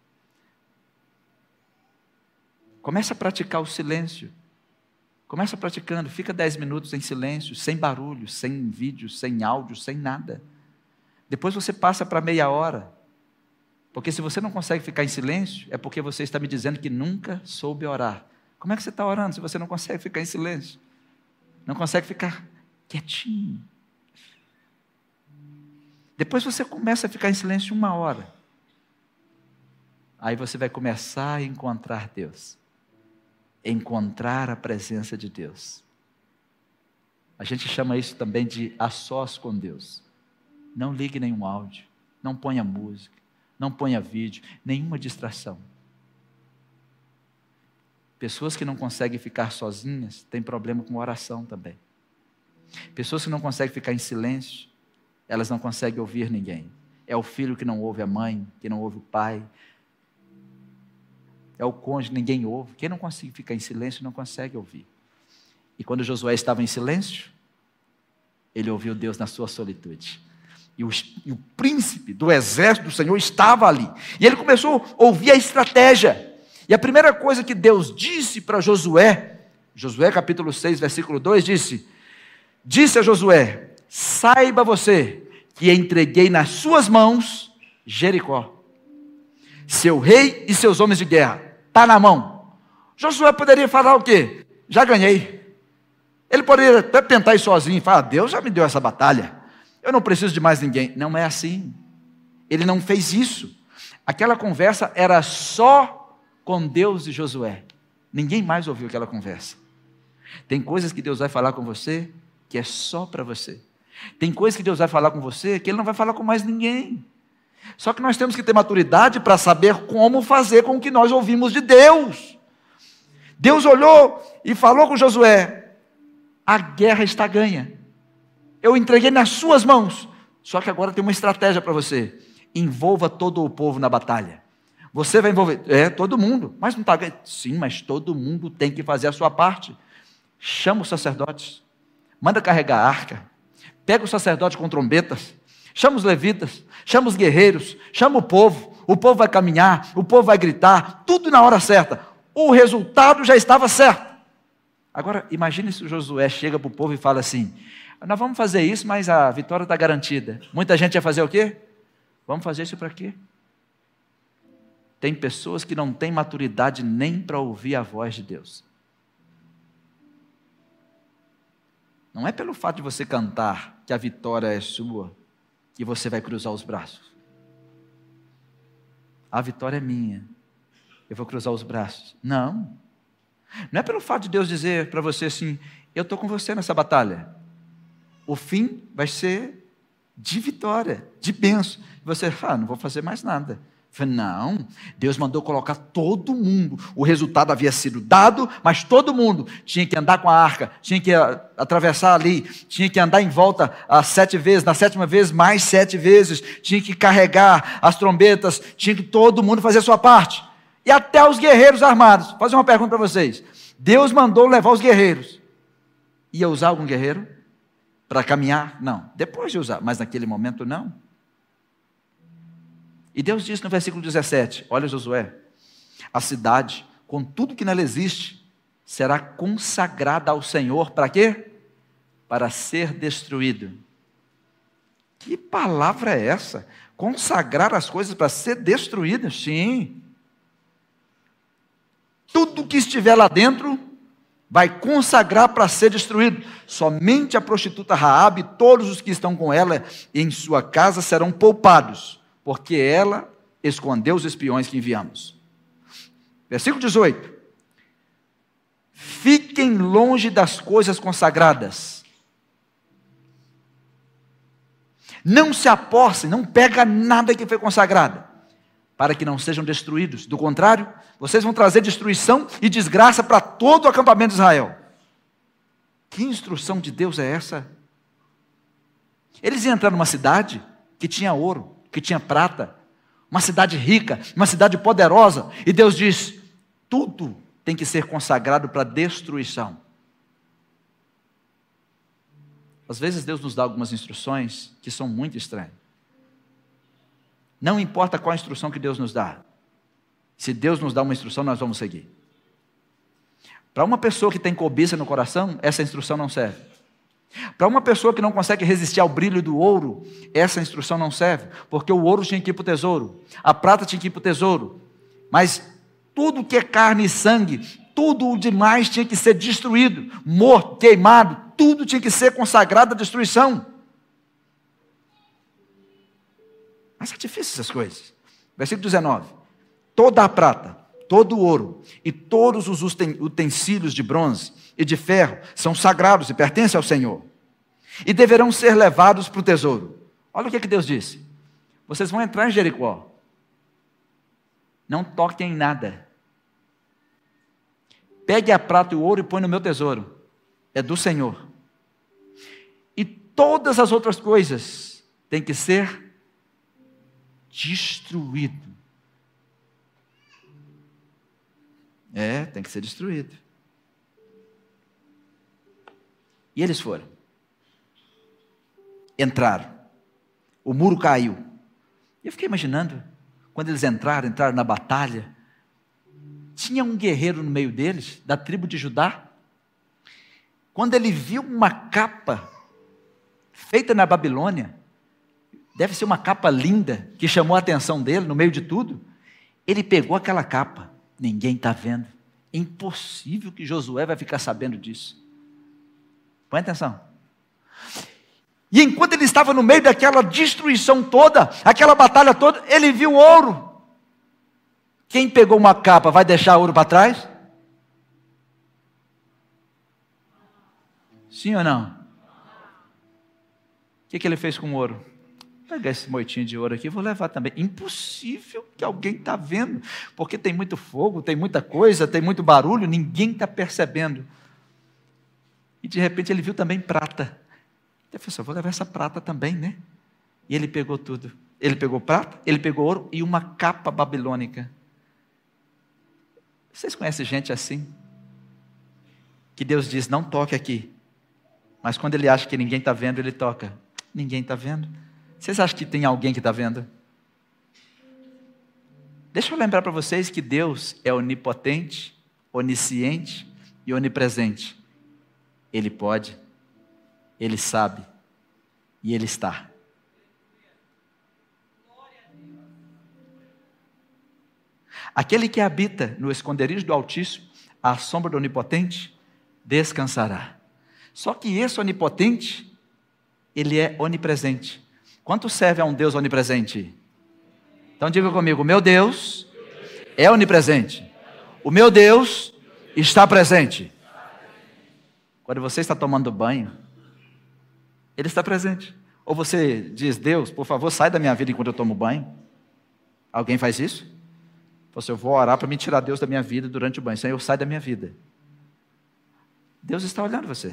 Comece a praticar o silêncio. Começa praticando, fica dez minutos em silêncio, sem barulho, sem vídeo, sem áudio, sem nada. Depois você passa para meia hora. Porque se você não consegue ficar em silêncio, é porque você está me dizendo que nunca soube orar. Como é que você está orando se você não consegue ficar em silêncio? Não consegue ficar quietinho. Depois você começa a ficar em silêncio uma hora. Aí você vai começar a encontrar Deus. Encontrar a presença de Deus. A gente chama isso também de a sós com Deus. Não ligue nenhum áudio, não ponha música, não ponha vídeo, nenhuma distração. Pessoas que não conseguem ficar sozinhas têm problema com oração também. Pessoas que não conseguem ficar em silêncio, elas não conseguem ouvir ninguém. É o filho que não ouve a mãe, que não ouve o pai. É o cônjuge, ninguém ouve. Quem não consegue ficar em silêncio não consegue ouvir. E quando Josué estava em silêncio, ele ouviu Deus na sua solitude. E o, e o príncipe do exército do Senhor estava ali. E ele começou a ouvir a estratégia. E a primeira coisa que Deus disse para Josué, Josué capítulo seis, versículo dois, disse, disse a Josué, saiba você que entreguei nas suas mãos Jericó, seu rei e seus homens de guerra. Está na mão. Josué poderia falar o quê? Já ganhei. Ele poderia até tentar ir sozinho e falar, Deus já me deu essa batalha. Eu não preciso de mais ninguém. Não é assim. Ele não fez isso. Aquela conversa era só com Deus e Josué. Ninguém mais ouviu aquela conversa. Tem coisas que Deus vai falar com você que é só para você. Tem coisas que Deus vai falar com você que Ele não vai falar com mais ninguém. Só que nós temos que ter maturidade para saber como fazer com o que nós ouvimos de Deus. Deus olhou e falou com Josué, a guerra está ganha. Eu entreguei nas suas mãos. Só que agora tem uma estratégia para você. Envolva todo o povo na batalha. Você vai envolver, é, todo mundo, mas não está ganhando. Sim, mas todo mundo tem que fazer a sua parte. Chama os sacerdotes, manda carregar a arca, pega os sacerdotes com trombetas, chama os levitas, chama os guerreiros, chama o povo, o povo vai caminhar, o povo vai gritar, tudo na hora certa. O resultado já estava certo. Agora, imagine se o Josué chega para o povo e fala assim, nós vamos fazer isso, mas a vitória está garantida. Muita gente ia fazer o quê? Vamos fazer isso para quê? Tem pessoas que não têm maturidade nem para ouvir a voz de Deus. Não é pelo fato de você cantar que a vitória é sua, que você vai cruzar os braços. A vitória é minha, eu vou cruzar os braços. Não. Não é pelo fato de Deus dizer para você assim, eu estou com você nessa batalha. O fim vai ser de vitória, de bênção. Você, ah, não vou fazer mais nada. Não, Deus mandou colocar todo mundo, o resultado havia sido dado, mas todo mundo tinha que andar com a arca, tinha que atravessar ali, tinha que andar em volta as sete vezes, na sétima vez mais sete vezes, tinha que carregar as trombetas, tinha que todo mundo fazer a sua parte, e até os guerreiros armados. Vou fazer uma pergunta para vocês, Deus mandou levar os guerreiros, ia usar algum guerreiro para caminhar? Não, depois de usar, mas naquele momento não. E Deus diz no versículo dezessete, olha Josué, a cidade, com tudo que nela existe, será consagrada ao Senhor, para quê? Para ser destruído. Que palavra é essa? Consagrar as coisas para ser destruídas? Sim. Tudo que estiver lá dentro vai consagrar para ser destruído. Somente a prostituta Raabe e todos os que estão com ela em sua casa serão poupados, porque ela escondeu os espiões que enviamos. Versículo dezoito. Fiquem longe das coisas consagradas. Não se apossem, não pega nada que foi consagrado, para que não sejam destruídos. Do contrário, vocês vão trazer destruição e desgraça para todo o acampamento de Israel. Que instrução de Deus é essa? Eles iam entrar numa cidade que tinha ouro, que tinha prata, uma cidade rica, uma cidade poderosa, e Deus diz, tudo tem que ser consagrado para destruição. Às vezes Deus nos dá algumas instruções que são muito estranhas. Não importa qual instrução que Deus nos dá. Se Deus nos dá uma instrução, nós vamos seguir. Para uma pessoa que tem cobiça no coração, essa instrução não serve. Para uma pessoa que não consegue resistir ao brilho do ouro, essa instrução não serve. Porque o ouro tinha que ir para o tesouro, a prata tinha que ir para o tesouro. Mas tudo que é carne e sangue, tudo o demais tinha que ser destruído, morto, queimado, tudo tinha que ser consagrado à destruição. Mas é difícil essas coisas. Versículo dezenove. Toda a prata, todo o ouro e todos os utensílios de bronze e de ferro são sagrados e pertencem ao Senhor. E deverão ser levados para o tesouro. Olha o que, que Deus disse. Vocês vão entrar em Jericó. Não toquem em nada. Pegue a prata e o ouro e põe no meu tesouro. É do Senhor. E todas as outras coisas têm que ser destruído. É, tem que ser destruído. E eles foram. Entraram. O muro caiu. E eu fiquei imaginando, quando eles entraram, entraram na batalha, tinha um guerreiro no meio deles, da tribo de Judá. Quando ele viu uma capa feita na Babilônia, deve ser uma capa linda, que chamou a atenção dele no meio de tudo, ele pegou aquela capa. Ninguém está vendo. É impossível que Josué vai ficar sabendo disso. Põe atenção. E enquanto ele estava no meio daquela destruição toda, aquela batalha toda, ele viu ouro. Quem pegou uma capa vai deixar ouro para trás? Sim ou não? O que, que ele fez com o ouro? Vou pegar esse moitinho de ouro aqui e vou levar também. Impossível que alguém está vendo, porque tem muito fogo, tem muita coisa, tem muito barulho, ninguém está percebendo. E de repente ele viu também prata. Ele falou assim, vou levar essa prata também, né? E ele pegou tudo. Ele pegou prata, ele pegou ouro e uma capa babilônica. Vocês conhecem gente assim? Que Deus diz, não toque aqui. Mas quando ele acha que ninguém está vendo, ele toca. Ninguém está vendo. Vocês acham que tem alguém que está vendo? Deixa eu lembrar para vocês que Deus é onipotente, onisciente e onipresente. Ele pode, Ele sabe e Ele está. Aquele que habita no esconderijo do Altíssimo, à sombra do Onipotente, descansará. Só que esse onipotente, ele é onipresente. Quanto serve a um Deus onipresente? Então diga comigo, meu Deus é onipresente. O meu Deus está presente. Quando você está tomando banho, Ele está presente. Ou você diz, Deus, por favor, sai da minha vida enquanto eu tomo banho. Alguém faz isso? Você, eu vou orar para me tirar Deus da minha vida durante o banho. Senhor, sai da minha vida. Deus está olhando você.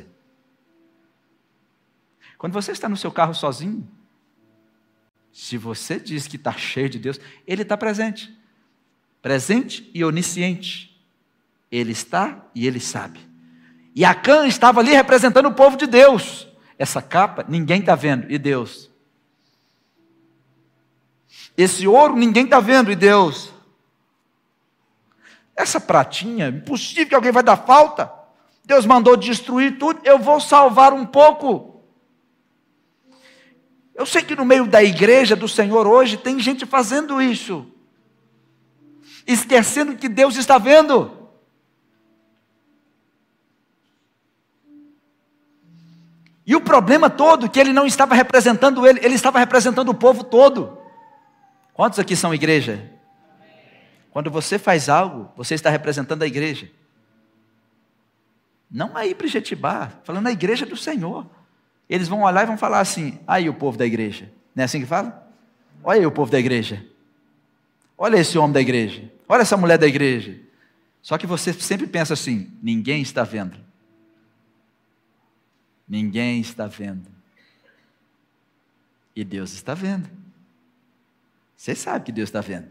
Quando você está no seu carro sozinho, se você diz que está cheio de Deus, Ele está presente. Presente e onisciente. Ele está e Ele sabe. E Acã estava ali representando o povo de Deus. Essa capa, ninguém está vendo. E Deus? Esse ouro ninguém está vendo, e Deus, essa pratinha, impossível que alguém vai dar falta. Deus mandou destruir tudo, eu vou salvar um pouco. Eu sei que no meio da igreja do Senhor hoje tem gente fazendo isso, esquecendo que Deus está vendo. E o problema todo, que ele não estava representando ele, ele estava representando o povo todo. Quantos aqui são igreja? Quando você faz algo, você está representando a igreja. Não aí para Jetibá, falando na igreja do Senhor. Eles vão olhar e vão falar assim, aí o povo da igreja. Não é assim que fala? Olha aí o povo da igreja. Olha esse homem da igreja. Olha essa mulher da igreja. Só que você sempre pensa assim, ninguém está vendo. Ninguém está vendo. E Deus está vendo. Você sabe que Deus está vendo.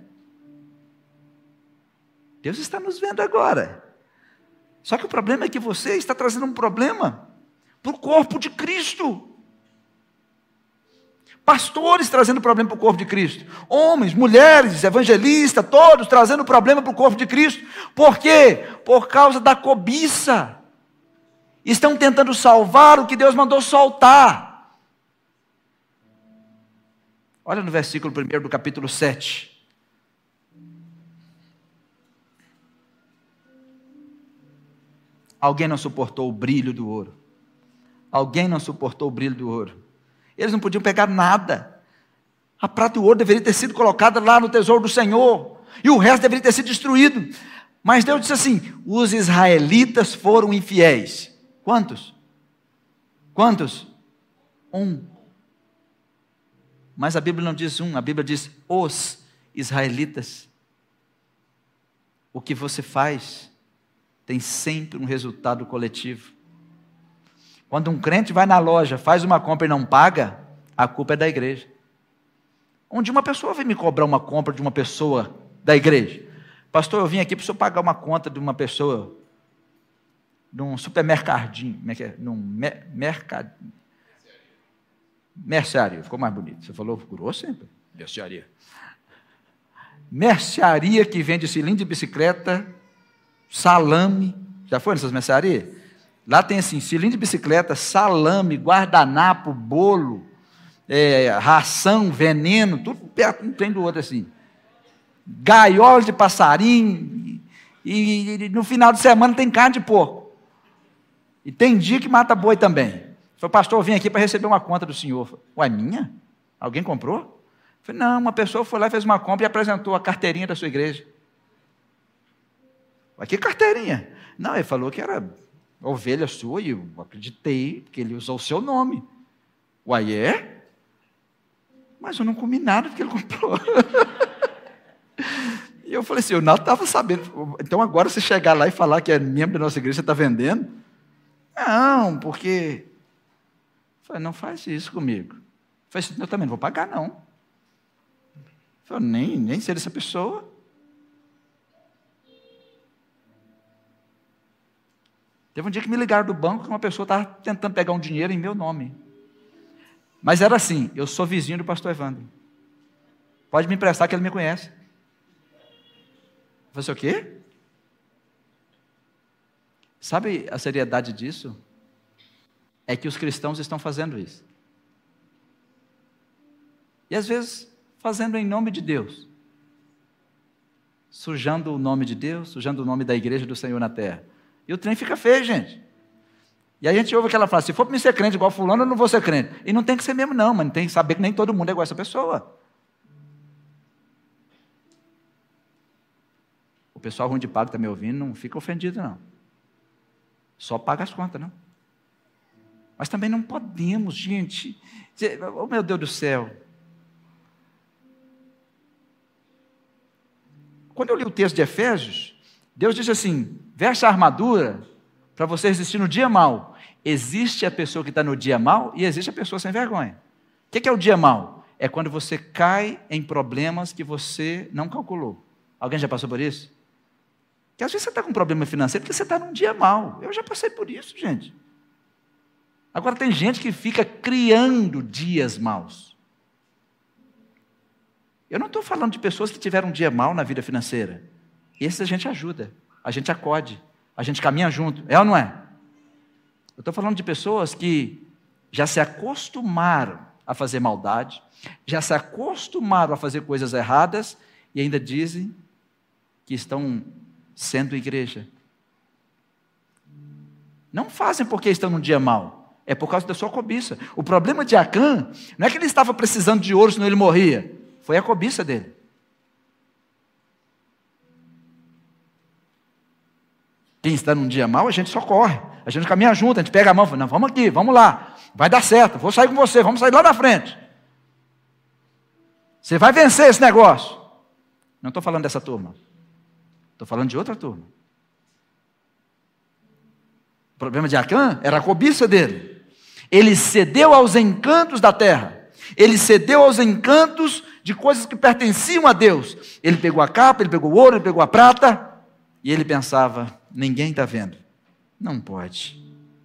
Deus está nos vendo agora. Só que o problema é que você está trazendo um problema para o corpo de Cristo. Pastores trazendo problema para o corpo de Cristo. Homens, mulheres, evangelistas, todos trazendo problema para o corpo de Cristo. Por quê? Por causa da cobiça. Estão tentando salvar o que Deus mandou soltar. Olha no versículo primeiro do capítulo sete. Alguém não suportou o brilho do ouro. Alguém não suportou o brilho do ouro. Eles não podiam pegar nada. A prata e o ouro deveriam ter sido colocadas lá no tesouro do Senhor. E o resto deveria ter sido destruído. Mas Deus disse assim, os israelitas foram infiéis. Quantos? Quantos? Um. Mas a Bíblia não diz um, a Bíblia diz os israelitas. O que você faz tem sempre um resultado coletivo. Quando um crente vai na loja, faz uma compra e não paga, a culpa é da igreja. Um dia uma pessoa veio me cobrar uma compra de uma pessoa da igreja. Pastor, eu vim aqui para o senhor pagar uma conta de uma pessoa, num supermercadinho, como é que é? Num mer mercado. Mercearia, ficou mais bonito. Você falou grosso sempre? Mercearia. Mercearia que vende cilindro de bicicleta, salame. Já foi nessas mercearias? Lá tem assim, cilindro de bicicleta, salame, guardanapo, bolo, é, ração, veneno, tudo perto um tem do outro assim. Gaiola de passarinho, e, e no final de semana tem carne de porco. E tem dia que mata boi também. Falei, pastor, eu vim aqui para receber uma conta do senhor. Falei, ué, minha? Alguém comprou? Falei, não, uma pessoa foi lá, fez uma compra e apresentou a carteirinha da sua igreja. Ué, que carteirinha? Não, ele falou que era ovelha sua e eu acreditei que ele usou o seu nome. Ué, é? Mas eu não comi nada porque ele comprou. E eu falei assim, eu não estava sabendo. Então agora você chegar lá e falar que é membro da nossa igreja, você está vendendo? Não, porque... Eu falei, não faz isso comigo. Eu falei assim, eu também não vou pagar, não. Eu falei, nem, nem ser essa pessoa. Teve um dia que me ligaram do banco que uma pessoa estava tentando pegar um dinheiro em meu nome. Mas era assim, eu sou vizinho do pastor Evandro. Pode me emprestar que ele me conhece. Eu falei, o quê? Sabe a seriedade disso? É que os cristãos estão fazendo isso. E às vezes fazendo em nome de Deus. Sujando o nome de Deus, sujando o nome da igreja do Senhor na terra. E o trem fica feio, gente. E aí a gente ouve aquela frase, se for para mim ser crente igual fulano, eu não vou ser crente. E não tem que ser mesmo não, mas tem que saber que nem todo mundo é igual essa pessoa. O pessoal ruim de pago está me ouvindo, não fica ofendido não. Só paga as contas, não. Mas também não podemos, gente, dizer, oh meu Deus do céu. Quando eu li o texto de Efésios, Deus disse assim, veste a armadura para você resistir no dia mau. Existe a pessoa que está no dia mau e existe a pessoa sem vergonha. O que é o dia mau? É quando você cai em problemas que você não calculou. Alguém já passou por isso? Que às vezes você está com um problema financeiro porque você está num dia mau. Eu já passei por isso, gente. Agora tem gente que fica criando dias maus. Eu não estou falando de pessoas que tiveram um dia mal na vida financeira. Esses a gente ajuda, a gente acode, a gente caminha junto. É ou não é? Eu estou falando de pessoas que já se acostumaram a fazer maldade, já se acostumaram a fazer coisas erradas e ainda dizem que estão sendo igreja. Não fazem porque estão num dia mau, é por causa da sua cobiça. O problema de Acã não é que ele estava precisando de ouro, senão ele morria. Foi a cobiça dele. Quem está num dia mau, a gente socorre, a gente caminha junto, a gente pega a mão e fala, não, vamos aqui, vamos lá, vai dar certo, vou sair com você, vamos sair lá na frente. Você vai vencer esse negócio. Não estou falando dessa turma, estou falando de outra turma. O problema de Acã era a cobiça dele. Ele cedeu aos encantos da terra, ele cedeu aos encantos de coisas que pertenciam a Deus. Ele pegou a capa, ele pegou o ouro, ele pegou a prata, e ele pensava, ninguém está vendo. Não pode.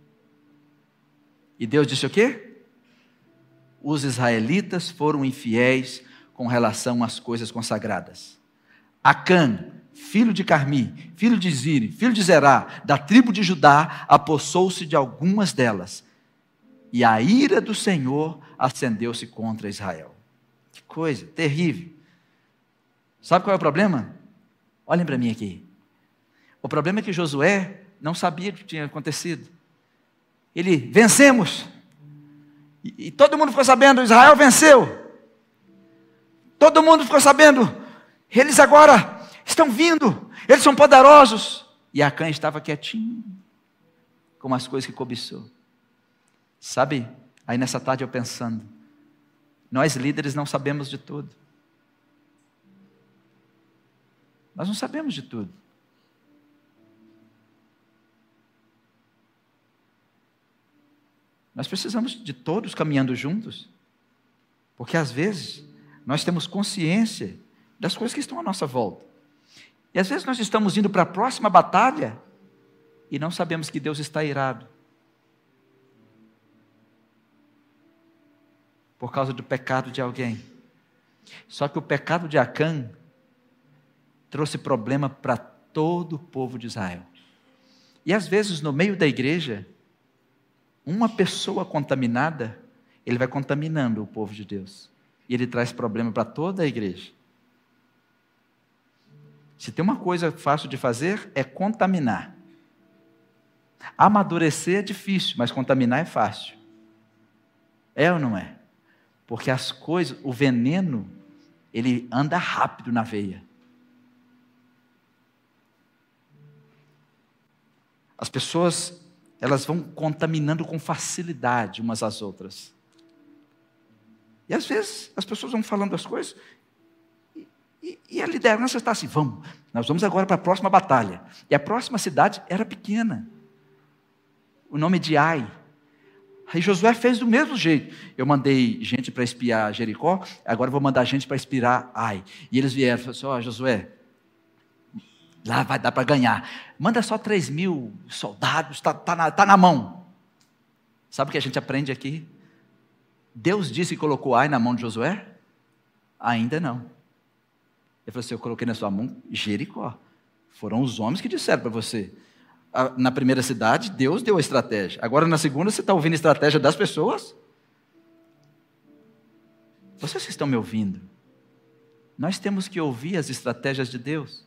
E Deus disse o quê? Os israelitas foram infiéis com relação às coisas consagradas. Acã, filho de Carmi, filho de Ziri, filho de Zerá, da tribo de Judá, apossou-se de algumas delas. E a ira do Senhor acendeu-se contra Israel. Que coisa terrível. Sabe qual é o problema? Olhem para mim aqui. O problema é que Josué não sabia o que tinha acontecido. Ele, vencemos. E, e todo mundo ficou sabendo, Israel venceu. Todo mundo ficou sabendo, eles agora estão vindo, eles são poderosos. E Acã estava quietinho, com as coisas que cobiçou. Sabe, aí nessa tarde eu pensando, nós líderes não sabemos de tudo. Nós não sabemos de tudo. Nós precisamos de todos caminhando juntos, porque às vezes nós temos consciência das coisas que estão à nossa volta, e às vezes nós estamos indo para a próxima batalha, e não sabemos que Deus está irado, por causa do pecado de alguém. Só que o pecado de Acã trouxe problema para todo o povo de Israel, e às vezes no meio da igreja, uma pessoa contaminada, ele vai contaminando o povo de Deus. E ele traz problema para toda a igreja. Se tem uma coisa fácil de fazer, é contaminar. Amadurecer é difícil, mas contaminar é fácil. É ou não é? Porque as coisas, o veneno, ele anda rápido na veia. As pessoas, elas vão contaminando com facilidade umas às outras. E às vezes as pessoas vão falando as coisas e, e, e a liderança está assim, vamos, nós vamos agora para a próxima batalha. E a próxima cidade era pequena. O nome de Ai. Aí Josué fez do mesmo jeito. Eu mandei gente para espiar Jericó, agora eu vou mandar gente para espiar Ai. E eles vieram e falaram assim, ó oh, Josué, lá vai dar para ganhar. Manda só três mil soldados, está tá na, tá na mão. Sabe o que a gente aprende aqui? Deus disse que colocou Ai na mão de Josué? Ainda não. Ele falou assim, eu coloquei na sua mão Jericó. Foram os homens que disseram para você. Na primeira cidade, Deus deu a estratégia. Agora na segunda, você está ouvindo a estratégia das pessoas? Vocês estão me ouvindo? Nós temos que ouvir as estratégias de Deus.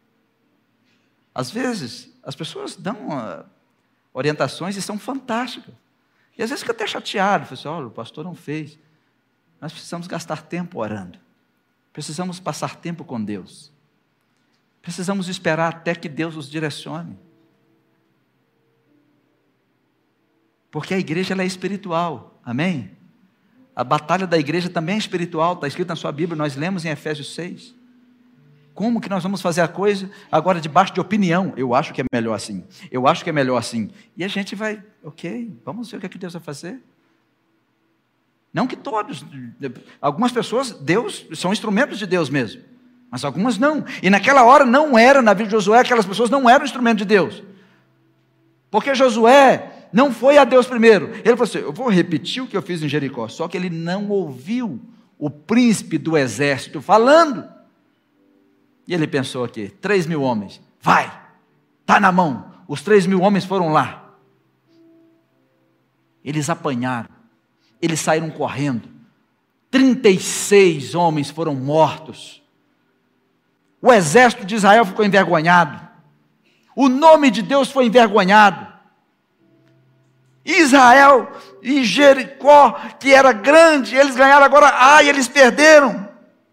Às vezes, as pessoas dão uh, orientações e são fantásticas. E às vezes fica até chateado. Fala assim, olha, o pastor não fez. Nós precisamos gastar tempo orando. Precisamos passar tempo com Deus. Precisamos esperar até que Deus os direcione. Porque a igreja ela é espiritual. Amém? A batalha da igreja também é espiritual. Está escrito na sua Bíblia, nós lemos em Efésios seis. Como que nós vamos fazer a coisa agora debaixo de opinião? Eu acho que é melhor assim. Eu acho que é melhor assim. E a gente vai, ok, vamos ver o que é que Deus vai fazer. Não que todos, algumas pessoas, Deus, são instrumentos de Deus mesmo. Mas algumas não. E naquela hora não era, na vida de Josué, aquelas pessoas não eram instrumento de Deus. Porque Josué não foi a Deus primeiro. Ele falou assim, eu vou repetir o que eu fiz em Jericó. Só que ele não ouviu o príncipe do exército falando. E ele pensou aqui, três mil homens, vai, está na mão. Os três mil homens foram lá. Eles apanharam, eles saíram correndo. trinta e seis homens foram mortos. O exército de Israel ficou envergonhado. O nome de Deus foi envergonhado. Israel e Jericó, que era grande, eles ganharam agora, ai, eles perderam.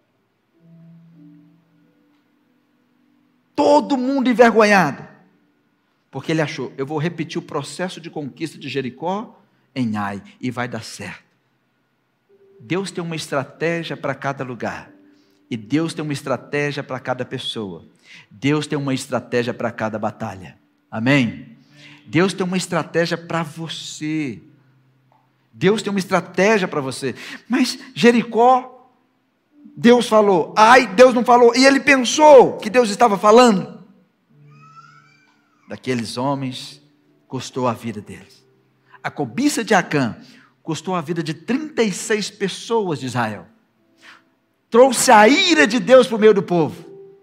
Todo mundo envergonhado. Porque ele achou, eu vou repetir o processo de conquista de Jericó em Ai, e vai dar certo. Deus tem uma estratégia para cada lugar. E Deus tem uma estratégia para cada pessoa. Deus tem uma estratégia para cada batalha. Amém? Deus tem uma estratégia para você. Deus tem uma estratégia para você. Mas Jericó, Deus falou. Ai, Deus não falou. E ele pensou que Deus estava falando. Daqueles homens, custou a vida deles. A cobiça de Acã custou a vida de trinta e seis pessoas de Israel. Trouxe a ira de Deus para o meio do povo.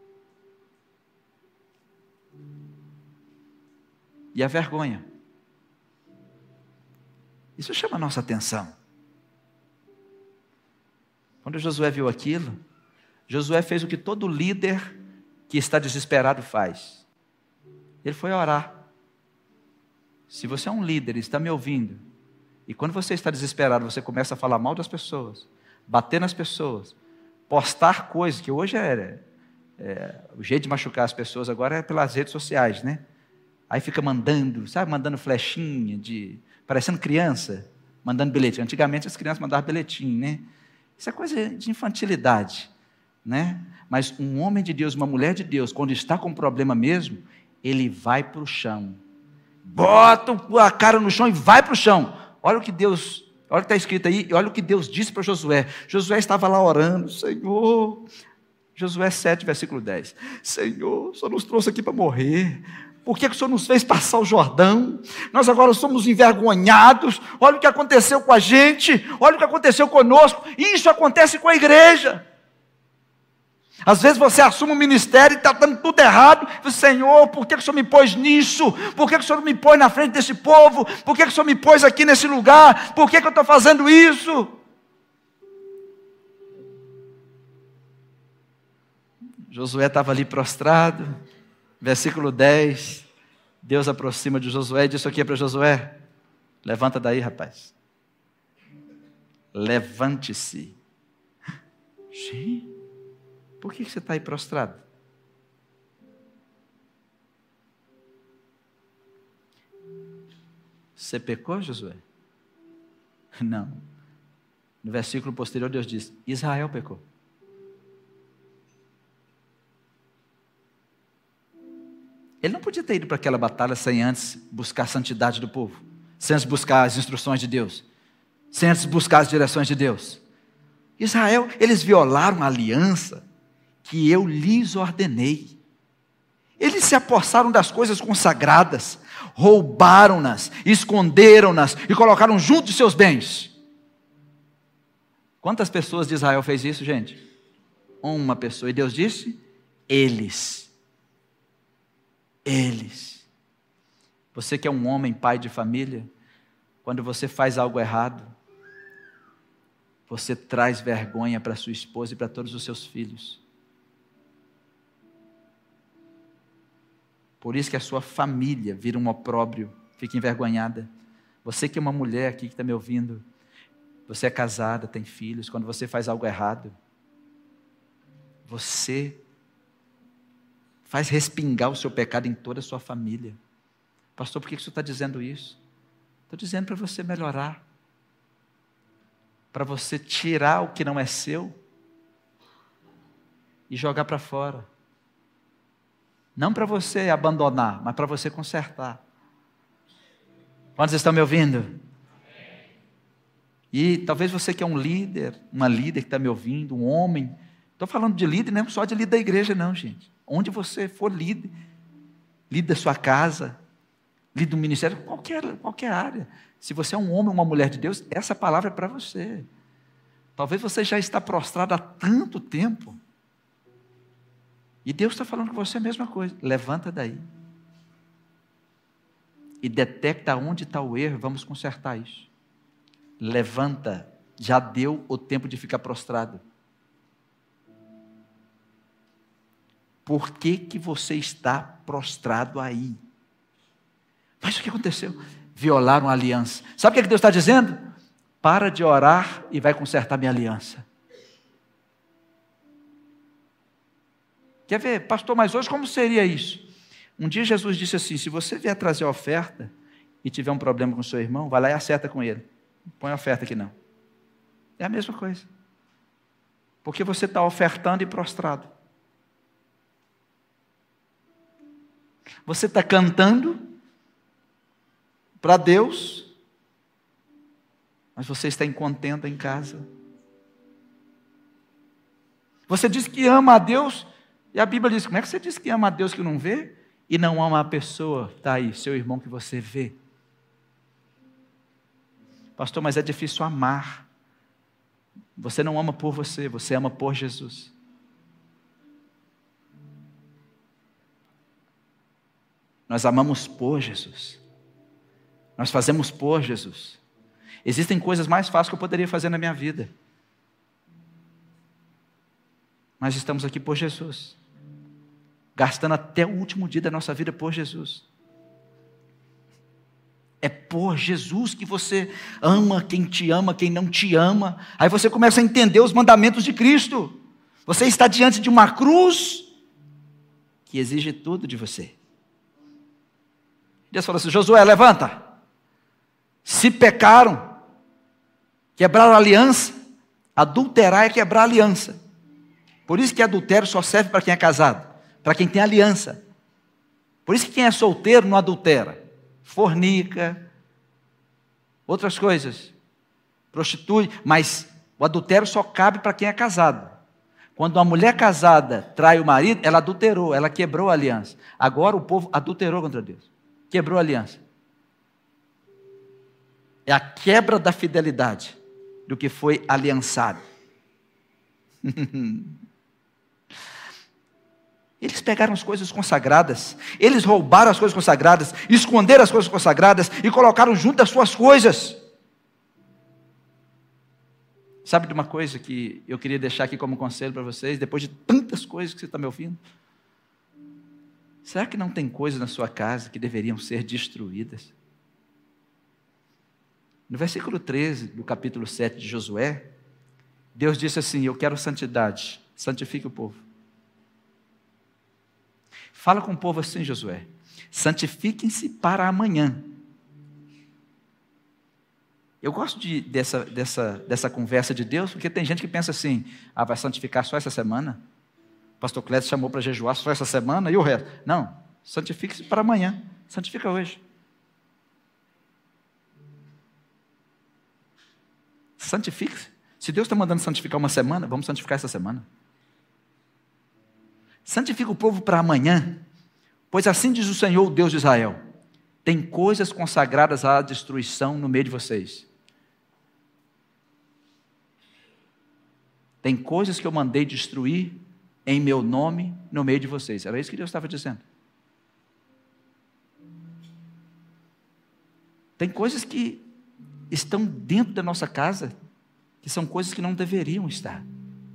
E a vergonha. Isso chama a nossa atenção. Quando Josué viu aquilo, Josué fez o que todo líder que está desesperado faz. Ele foi orar. Se você é um líder e está me ouvindo, e quando você está desesperado, você começa a falar mal das pessoas, bater nas pessoas, postar coisas, que hoje é, é o jeito de machucar as pessoas agora é pelas redes sociais, né? Aí fica mandando, sabe, mandando flechinha, de, parecendo criança, mandando bilhetinho. Antigamente as crianças mandavam bilhetinho, né? Isso é coisa de infantilidade, né? Mas um homem de Deus, uma mulher de Deus, quando está com um problema mesmo, ele vai para o chão. Bota a cara no chão e vai para o chão. Olha o que Deus, olha o que está escrito aí, olha o que Deus disse para Josué. Josué estava lá orando, Senhor, Josué sete, versículo dez. Senhor, o Senhor nos trouxe aqui para morrer. Por que, que o Senhor nos fez passar o Jordão? Nós agora somos envergonhados. Olha o que aconteceu com a gente, olha o que aconteceu conosco. E isso acontece com a igreja. Às vezes você assume um ministério e está dando tudo errado. Senhor, por que, que o Senhor me pôs nisso? Por que, que o Senhor me pôs na frente desse povo? Por que, que o Senhor me pôs aqui nesse lugar? Por que, que eu estou fazendo isso? Josué estava ali prostrado. Versículo dez. Deus aproxima de Josué e disse aqui para Josué: levanta daí, rapaz. Levante-se. Sim. Por que você está aí prostrado? Você pecou, Josué? Não. No versículo posterior, Deus diz: Israel pecou. Ele não podia ter ido para aquela batalha sem antes buscar a santidade do povo, sem antes buscar as instruções de Deus, sem antes buscar as direções de Deus. Israel, eles violaram a aliança que eu lhes ordenei. Eles se apossaram das coisas consagradas, roubaram-nas, esconderam-nas e colocaram junto de seus bens. Quantas pessoas de Israel fez isso, gente? Uma pessoa. E Deus disse: eles. Eles. Você que é um homem, pai de família, quando você faz algo errado, você traz vergonha para sua esposa e para todos os seus filhos. Por isso que a sua família vira um opróbrio, fica envergonhada. Você que é uma mulher aqui que está me ouvindo, você é casada, tem filhos, quando você faz algo errado, você faz respingar o seu pecado em toda a sua família. Pastor, por que você está dizendo isso? Estou dizendo para você melhorar, para você tirar o que não é seu e jogar para fora. Não para você abandonar, mas para você consertar. Quantos estão me ouvindo? E talvez você que é um líder, uma líder que está me ouvindo, um homem. Estou falando de líder, não só de líder da igreja não, gente. Onde você for líder, líder da sua casa, líder do ministério, qualquer, qualquer área. Se você é um homem ou uma mulher de Deus, essa palavra é para você. Talvez você já está prostrado há tanto tempo. E Deus está falando com você a mesma coisa. Levanta daí. E detecta onde está o erro. Vamos consertar isso. Levanta. Já deu o tempo de ficar prostrado. Por que que você está prostrado aí? Mas o que aconteceu? Violaram a aliança. Sabe o que Deus está dizendo? Para de orar e vai consertar minha aliança. Quer ver, pastor, mas hoje como seria isso? Um dia Jesus disse assim, se você vier trazer a oferta e tiver um problema com o seu irmão, vai lá e acerta com ele. Não põe a oferta aqui não. É a mesma coisa. Porque você está ofertando e prostrado. Você está cantando para Deus, mas você está em contenda em casa. Você diz que ama a Deus, e a Bíblia diz, como é que você diz que ama a Deus que não vê, e não ama a pessoa, está aí, seu irmão que você vê? Pastor, mas é difícil amar. Você não ama por você, você ama por Jesus. Nós amamos por Jesus. Nós fazemos por Jesus. Existem coisas mais fáceis que eu poderia fazer na minha vida. Mas estamos aqui por Jesus. Gastando até o último dia da nossa vida por Jesus. É por Jesus que você ama quem te ama, quem não te ama. Aí você começa a entender os mandamentos de Cristo. Você está diante de uma cruz que exige tudo de você. Deus falou assim, Josué, levanta. Se pecaram, quebraram a aliança, adulterar é quebrar a aliança. Por isso que adultério só serve para quem é casado, para quem tem aliança. Por isso que quem é solteiro não adultera. Fornica, outras coisas, prostitui, mas o adultério só cabe para quem é casado. Quando uma mulher casada trai o marido, ela adulterou, ela quebrou a aliança. Agora o povo adulterou contra Deus, quebrou a aliança. É a quebra da fidelidade do que foi aliançado. Eles pegaram as coisas consagradas, eles roubaram as coisas consagradas, esconderam as coisas consagradas e colocaram junto das suas coisas. Sabe de uma coisa que eu queria deixar aqui como conselho para vocês, depois de tantas coisas que você está me ouvindo? Será que não tem coisas na sua casa que deveriam ser destruídas? No versículo treze do capítulo sete de Josué, Deus disse assim, eu quero santidade, santifique o povo. Fala com o povo assim, Josué, santifiquem-se para amanhã. Eu gosto de, dessa, dessa, dessa conversa de Deus, porque tem gente que pensa assim, ah, vai santificar só essa semana? O pastor Clécio chamou para jejuar só essa semana e o resto? Não, santifique-se para amanhã, santifica hoje. Santifique-se. Se Deus está mandando santificar uma semana, vamos santificar essa semana. Santifica o povo para amanhã, pois assim diz o Senhor, o Deus de Israel, tem coisas consagradas à destruição no meio de vocês. Tem coisas que eu mandei destruir em meu nome no meio de vocês. Era isso que Deus estava dizendo. Tem coisas que estão dentro da nossa casa, que são coisas que não deveriam estar.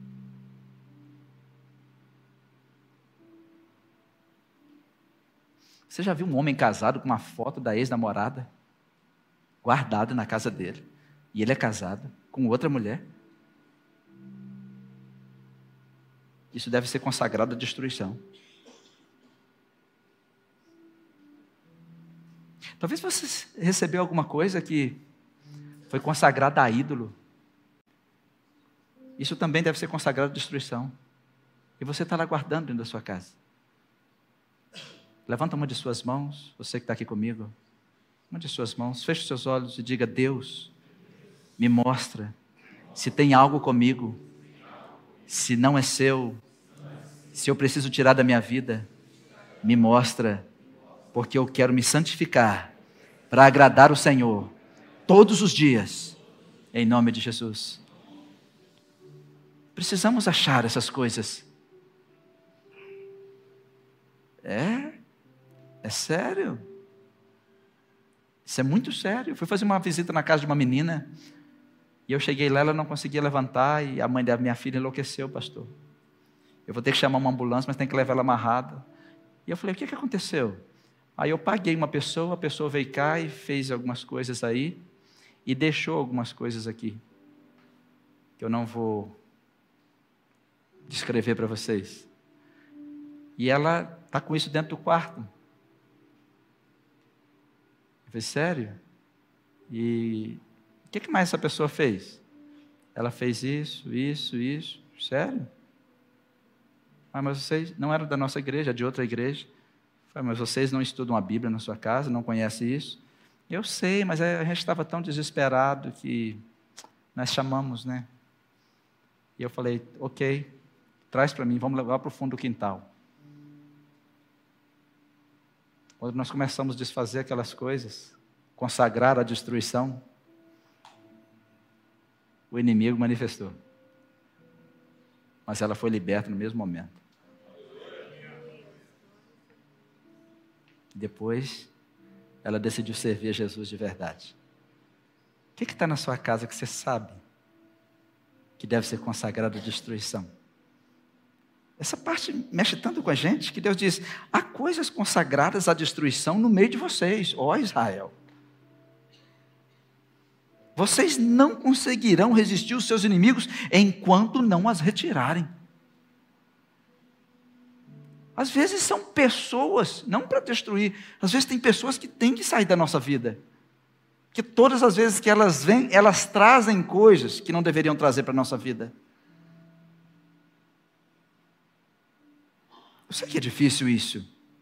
Você já viu um homem casado com uma foto da ex-namorada guardada na casa dele? E ele é casado com outra mulher? Isso deve ser consagrado à destruição. Talvez você recebeu alguma coisa que foi consagrada a ídolo. Isso também deve ser consagrado à destruição. E você está lá guardando dentro da sua casa. Levanta uma de suas mãos, você que está aqui comigo. Uma de suas mãos, feche os seus olhos e diga, Deus, me mostra se tem algo comigo, se não é seu, se eu preciso tirar da minha vida, me mostra, porque eu quero me santificar para agradar o Senhor todos os dias, em nome de Jesus. Precisamos achar essas coisas. É? É sério? Isso é muito sério. Eu fui fazer uma visita na casa de uma menina, e eu cheguei lá, ela não conseguia levantar, e a mãe da minha filha enlouqueceu, pastor. Eu vou ter que chamar uma ambulância, mas tem que levar ela amarrada. E eu falei, o que, que aconteceu? Aí eu paguei uma pessoa, a pessoa veio cá e fez algumas coisas aí, e deixou algumas coisas aqui, que eu não vou descrever para vocês. E ela está com isso dentro do quarto. Eu falei, sério? E o que, que mais essa pessoa fez? Ela fez isso, isso, isso. Sério? Ah, mas vocês não eram da nossa igreja, de outra igreja. Eu falei, mas vocês não estudam a Bíblia na sua casa, não conhecem isso? Eu sei, mas a gente estava tão desesperado que nós chamamos, né? E eu falei, ok, traz para mim, vamos levar para o fundo do quintal. Quando nós começamos a desfazer aquelas coisas, consagrar a destruição, o inimigo manifestou. Mas ela foi liberta no mesmo momento. Depois, ela decidiu servir a Jesus de verdade. O que está na sua casa que você sabe que deve ser consagrado à destruição? Essa parte mexe tanto com a gente que Deus diz, há coisas consagradas à destruição no meio de vocês, ó Israel. Vocês não conseguirão resistir os seus inimigos enquanto não as retirarem. Às vezes são pessoas, não para destruir, às vezes tem pessoas que têm que sair da nossa vida. Que todas as vezes que elas vêm, elas trazem coisas que não deveriam trazer para a nossa vida. Eu sei que é difícil isso.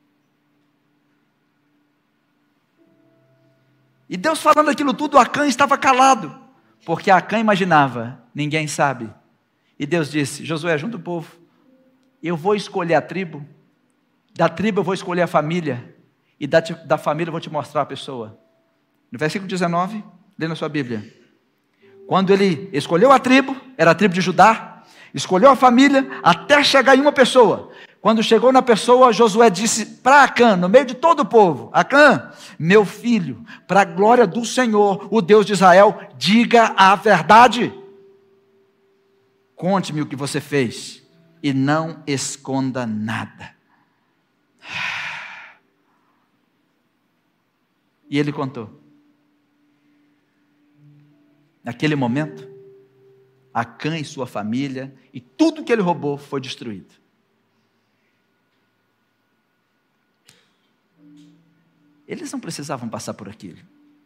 E Deus falando aquilo tudo, Acã estava calado, porque Acã imaginava, ninguém sabe. E Deus disse, Josué, junta o povo, eu vou escolher a tribo, da tribo eu vou escolher a família, e da, da família eu vou te mostrar a pessoa. No versículo dezenove, lê na sua Bíblia. Quando ele escolheu a tribo, era a tribo de Judá, escolheu a família, até chegar em uma pessoa. Quando chegou na pessoa, Josué disse para Acã, no meio de todo o povo, Acã, meu filho, para a glória do Senhor, o Deus de Israel, diga a verdade. Conte-me o que você fez e não esconda nada. E ele contou. Naquele momento, Acã e sua família e tudo que ele roubou foi destruído. Eles não precisavam passar por aquilo.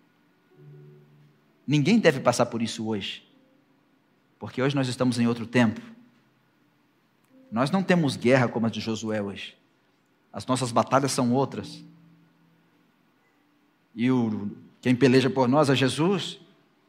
Ninguém deve passar por isso hoje. Porque hoje nós estamos em outro tempo. Nós não temos guerra como a de Josué hoje. As nossas batalhas são outras. E o, quem peleja por nós é Jesus.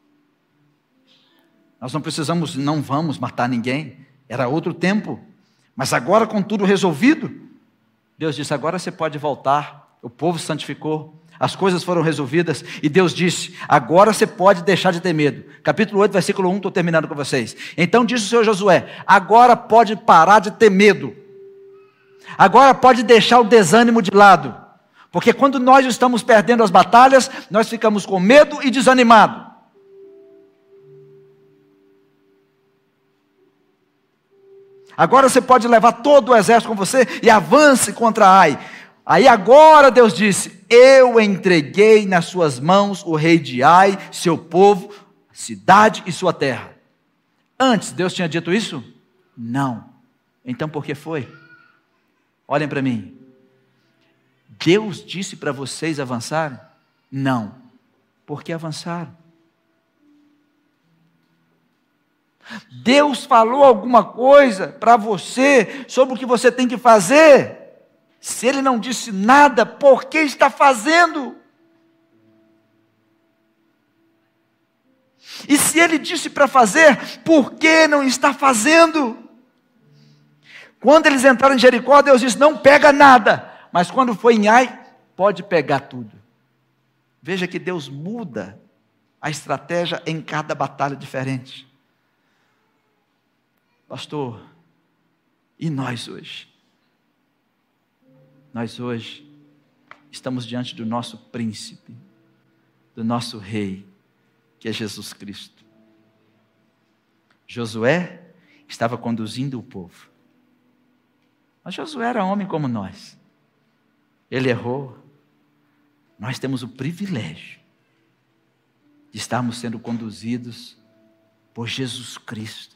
Nós não precisamos, não vamos matar ninguém. Era outro tempo. Mas agora com tudo resolvido, Deus disse, agora você pode voltar. O povo se santificou, as coisas foram resolvidas, e Deus disse, agora você pode deixar de ter medo. Capítulo oito, versículo um, estou terminando com vocês. Então disse o Senhor Josué, agora pode parar de ter medo. Agora pode deixar o desânimo de lado. Porque quando nós estamos perdendo as batalhas, nós ficamos com medo e desanimado. Agora você pode levar todo o exército com você e avance contra Ai. Aí agora Deus disse, eu entreguei nas suas mãos o rei de Ai, seu povo, cidade e sua terra. Antes Deus tinha dito isso? Não. Então por que foi? Olhem para mim. Deus disse para vocês avançarem? Não. Por que avançaram? Deus falou alguma coisa para você sobre o que você tem que fazer? Se Ele não disse nada, por que está fazendo? E se Ele disse para fazer, por que não está fazendo? Quando eles entraram em Jericó, Deus disse, não pega nada. Mas quando foi em Ai, pode pegar tudo. Veja que Deus muda a estratégia em cada batalha diferente. Pastor, e nós hoje? Nós hoje estamos diante do nosso príncipe, do nosso rei, que é Jesus Cristo. Josué estava conduzindo o povo. Mas Josué era homem como nós. Ele errou. Nós temos o privilégio de estarmos sendo conduzidos por Jesus Cristo.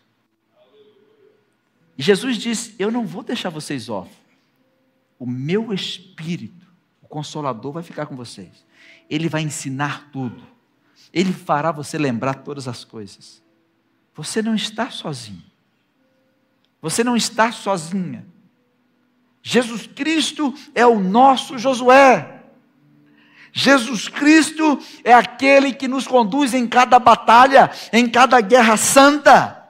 E Jesus disse: eu não vou deixar vocês órfãos. O meu Espírito, o Consolador, vai ficar com vocês. Ele vai ensinar tudo. Ele fará você lembrar todas as coisas. Você não está sozinho. Você não está sozinha. Jesus Cristo é o nosso Josué. Jesus Cristo é aquele que nos conduz em cada batalha, em cada guerra santa.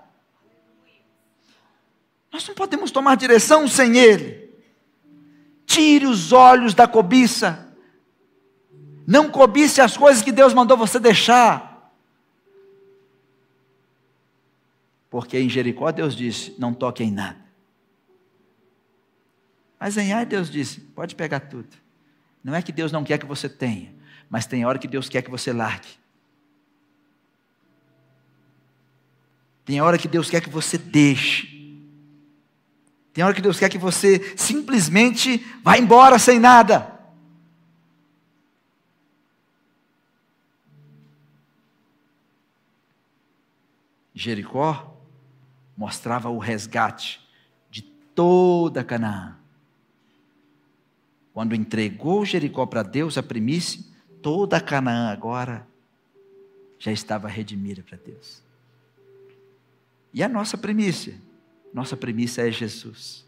Nós não podemos tomar direção sem Ele. Tire os olhos da cobiça. Não cobice as coisas que Deus mandou você deixar. Porque em Jericó Deus disse: não toque em nada. Mas em Ai Deus disse: pode pegar tudo. Não é que Deus não quer que você tenha, mas tem hora que Deus quer que você largue. Tem hora que Deus quer que você deixe. Tem hora que Deus quer que você simplesmente vá embora sem nada. Jericó mostrava o resgate de toda Canaã. Quando entregou Jericó para Deus, a primícia, toda Canaã agora já estava redimida para Deus. E a nossa primícia? Nossa primícia é Jesus.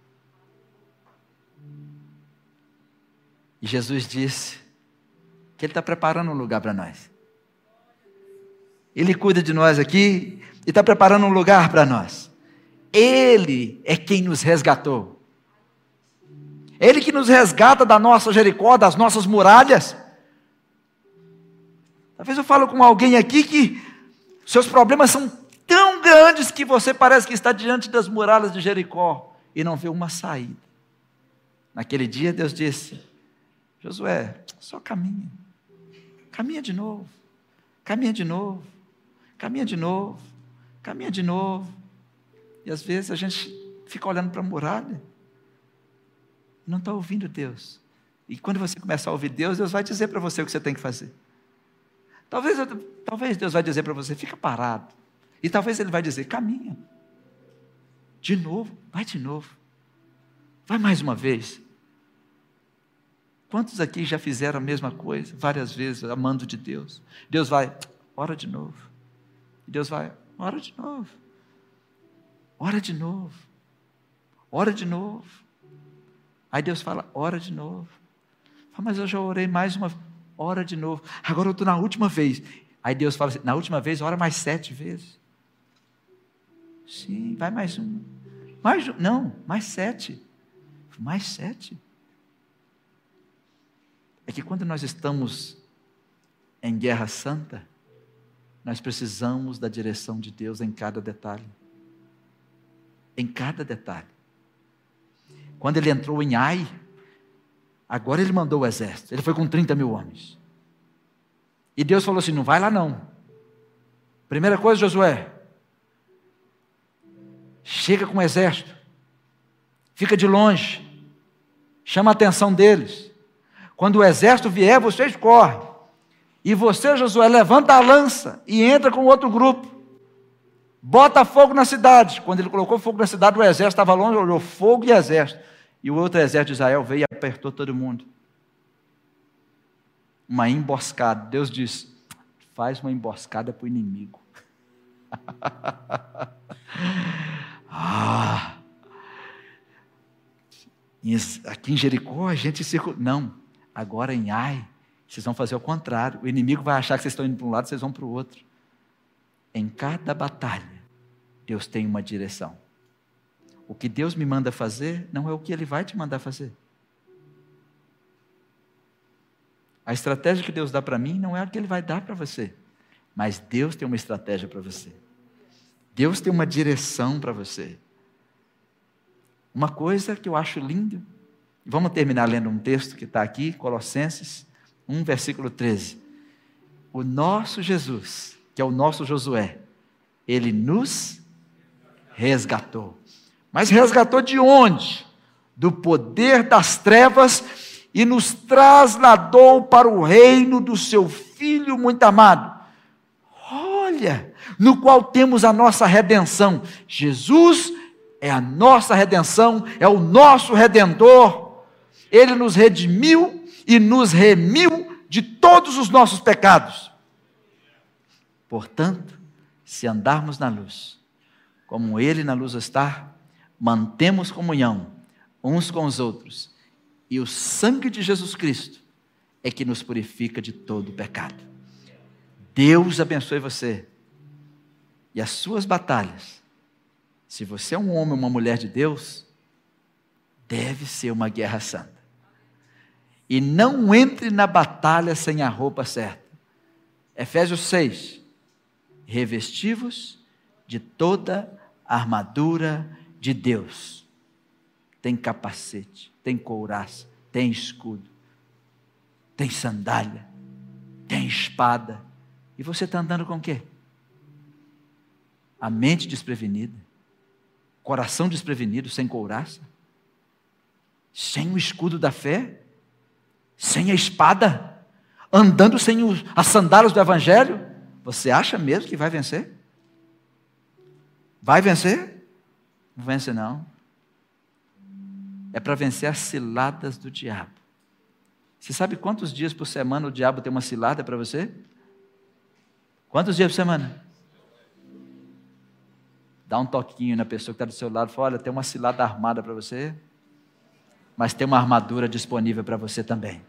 E Jesus disse que Ele está preparando um lugar para nós. Ele cuida de nós aqui e está preparando um lugar para nós. Ele é quem nos resgatou. Ele que nos resgata da nossa Jericó, das nossas muralhas. Talvez eu falo com alguém aqui que seus problemas são tão grandes que você parece que está diante das muralhas de Jericó e não vê uma saída. Naquele dia Deus disse: Josué, só caminha. Caminha de novo. Caminha de novo. Caminha de novo. Caminha de novo. E às vezes a gente fica olhando para a muralha e não está ouvindo Deus. E quando você começar a ouvir Deus, Deus vai dizer para você o que você tem que fazer. Talvez, talvez Deus vai dizer para você: fica parado. E talvez Ele vai dizer: caminha. De novo, vai de novo. Vai mais uma vez. Quantos aqui já fizeram a mesma coisa várias vezes, amando de Deus? Deus vai: ora de novo. Deus vai: ora de novo. Ora de novo. Ora de novo. Aí Deus fala: ora de novo. Fala: mas eu já orei mais uma vez. Ora de novo. Agora eu estou na última vez. Aí Deus fala assim: na última vez, ora mais sete vezes. Sim, vai mais um. Mais um. Não, mais sete. Mais sete. É que quando nós estamos em guerra santa, nós precisamos da direção de Deus em cada detalhe. Em cada detalhe. Quando ele entrou em Ai, agora ele mandou o exército. Ele foi com trinta mil homens. E Deus falou assim: não vai lá não. Primeira coisa, Josué, chega com o exército. Fica de longe. Chama a atenção deles. Quando o exército vier, vocês correm. E você, Josué, levanta a lança e entra com outro grupo. Bota fogo na cidade. Quando ele colocou fogo na cidade, o exército estava longe, olhou fogo e exército. E o outro exército de Israel veio e apertou todo mundo. Uma emboscada. Deus disse: faz uma emboscada para o inimigo. ah, aqui em Jericó a gente circula. Não, agora em Ai, vocês vão fazer o contrário. O inimigo vai achar que vocês estão indo para um lado, vocês vão para o outro. Em cada batalha, Deus tem uma direção. O que Deus me manda fazer não é o que Ele vai te mandar fazer. A estratégia que Deus dá para mim não é a que Ele vai dar para você. Mas Deus tem uma estratégia para você. Deus tem uma direção para você. Uma coisa que eu acho lindo, vamos terminar lendo um texto que está aqui, Colossenses um, versículo treze. O nosso Jesus, que é o nosso Josué, ele nos resgatou. Mas resgatou de onde? Do poder das trevas e nos trasladou para o reino do seu Filho muito amado. Olha, no qual temos a nossa redenção. Jesus é a nossa redenção, é o nosso Redentor. Ele nos redimiu e nos remiu de todos os nossos pecados. Portanto, se andarmos na luz, como Ele na luz está, mantemos comunhão uns com os outros, e o sangue de Jesus Cristo é que nos purifica de todo pecado. Deus abençoe você e as suas batalhas. Se você é um homem ou uma mulher de Deus, deve ser uma guerra santa. E não entre na batalha sem a roupa certa. Efésios seis, revesti-vos de toda a armadura de Deus. Tem capacete, tem couraça, tem escudo, tem sandália, tem espada. E você está andando com o quê? A mente desprevenida, coração desprevenido, sem couraça, sem o escudo da fé, sem a espada, andando sem os, as sandálias do Evangelho. Você acha mesmo que vai vencer? Vai vencer? Não vence não. É para vencer as ciladas do diabo. Você sabe quantos dias por semana o diabo tem uma cilada para você? Quantos dias por semana? Dá um toquinho na pessoa que está do seu lado e fala: olha, tem uma cilada armada para você, mas tem uma armadura disponível para você também.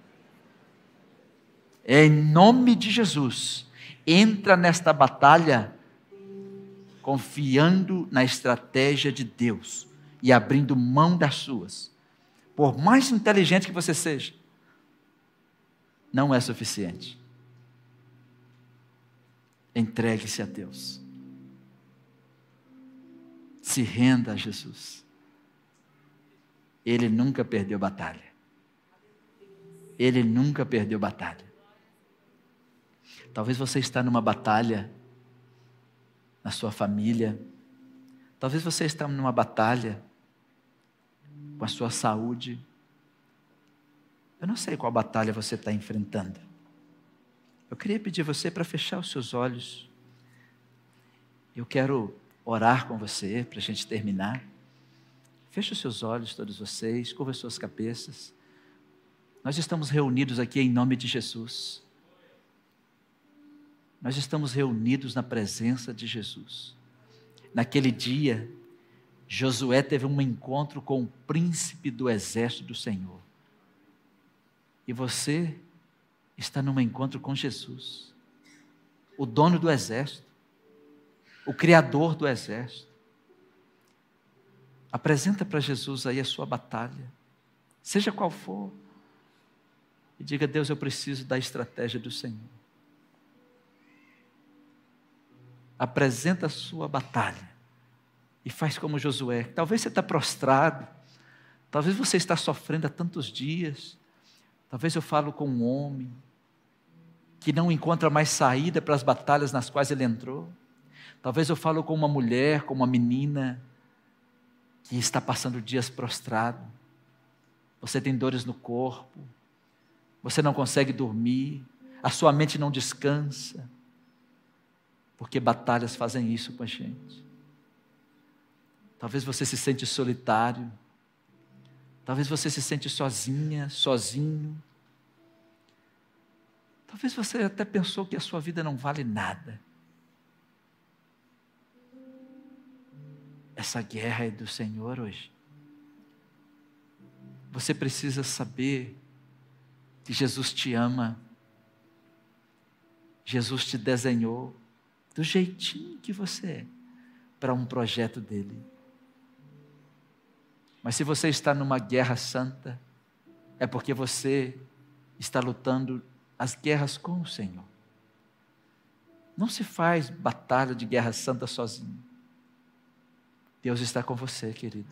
Em nome de Jesus, entra nesta batalha confiando na estratégia de Deus e abrindo mão das suas. Por mais inteligente que você seja, não é suficiente. Entregue-se a Deus. Se renda a Jesus. Ele nunca perdeu batalha. Ele nunca perdeu batalha. Talvez você está numa batalha na sua família. Talvez você está numa batalha com a sua saúde. Eu não sei qual batalha você está enfrentando. Eu queria pedir você para fechar os seus olhos. Eu quero orar com você para a gente terminar. Feche os seus olhos, todos vocês, curva as suas cabeças. Nós estamos reunidos aqui em nome de Jesus. Nós estamos reunidos na presença de Jesus. Naquele dia, Josué teve um encontro com o príncipe do exército do Senhor. E você está num encontro com Jesus, o dono do exército, o criador do exército. Apresenta para Jesus aí a sua batalha, seja qual for, e diga: Deus, eu preciso da estratégia do Senhor. Apresenta a sua batalha e faz como Josué. Talvez você está prostrado, talvez você está sofrendo há tantos dias. Talvez eu falo com um homem que não encontra mais saída para as batalhas nas quais ele entrou. Talvez eu falo com uma mulher, com uma menina que está passando dias prostrado. Você tem dores no corpo, você não consegue dormir, a sua mente não descansa, porque batalhas fazem isso com a gente. Talvez você se sente solitário, talvez você se sente sozinha, sozinho. Talvez você até pensou que a sua vida não vale nada. Essa guerra é do Senhor hoje. Você precisa saber que Jesus te ama. Jesus te desenhou do jeitinho que você é para um projeto dele. Mas se você está numa guerra santa, é porque você está lutando as guerras com o Senhor. Não se faz batalha de guerra santa sozinho. Deus está com você, querido.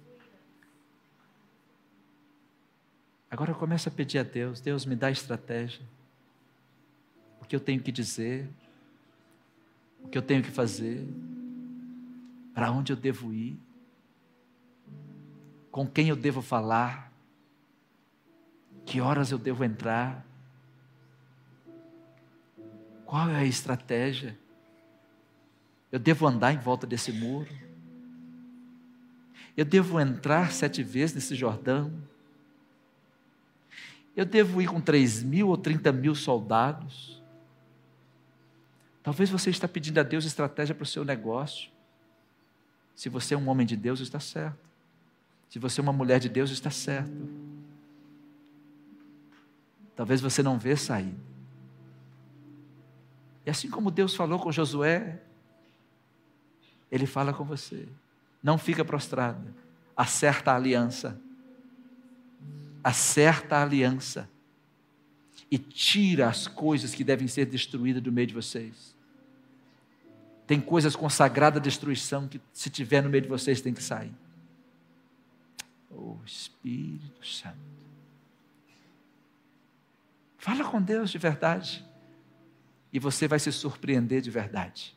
Agora começa a pedir a Deus, Deus me dá estratégia. O que eu tenho que dizer, o que eu tenho que fazer, para onde eu devo ir, com quem eu devo falar, que horas eu devo entrar, qual é a estratégia? Eu devo andar em volta desse muro? Eu devo entrar sete vezes nesse Jordão? Eu devo ir com três mil ou trinta mil soldados? Talvez você está pedindo a Deus estratégia para o seu negócio. Se você é um homem de Deus, está certo. Se você é uma mulher de Deus, está certo. Talvez você não vê saída. E assim como Deus falou com Josué, Ele fala com você. Não fica prostrado. Acerta a aliança. Acerta a aliança. E tira as coisas que devem ser destruídas do meio de vocês. Tem coisas consagradas à destruição que, se tiver no meio de vocês, tem que sair. Oh, Espírito Santo. Fala com Deus de verdade. E você vai se surpreender de verdade.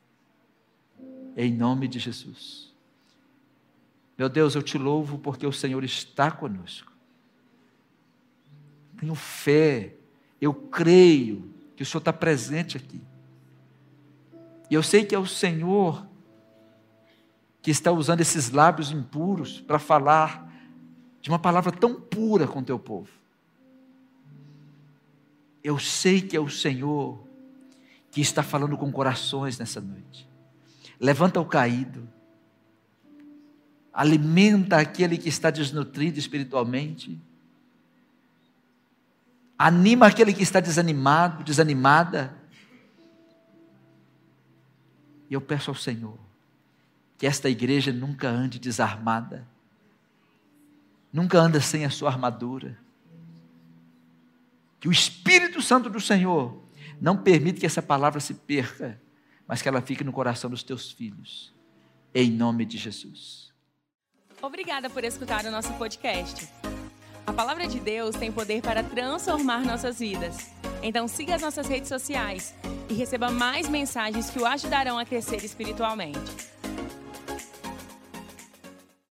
Em nome de Jesus. Meu Deus, eu te louvo porque o Senhor está conosco. Tenho fé, eu creio que o Senhor está presente aqui. E eu sei que é o Senhor que está usando esses lábios impuros para falar de uma palavra tão pura com o teu povo. Eu sei que é o Senhor que está falando com corações nessa noite. Levanta o caído, alimenta aquele que está desnutrido espiritualmente, anima aquele que está desanimado, desanimada. E eu peço ao Senhor que esta igreja nunca ande desarmada, nunca ande sem a sua armadura, que o Espírito Santo do Senhor não permita que essa palavra se perca, mas que ela fique no coração dos teus filhos, em nome de Jesus.
Obrigada por escutar o nosso podcast. A palavra de Deus tem poder para transformar nossas vidas. Então siga as nossas redes sociais e receba mais mensagens que o ajudarão a crescer espiritualmente.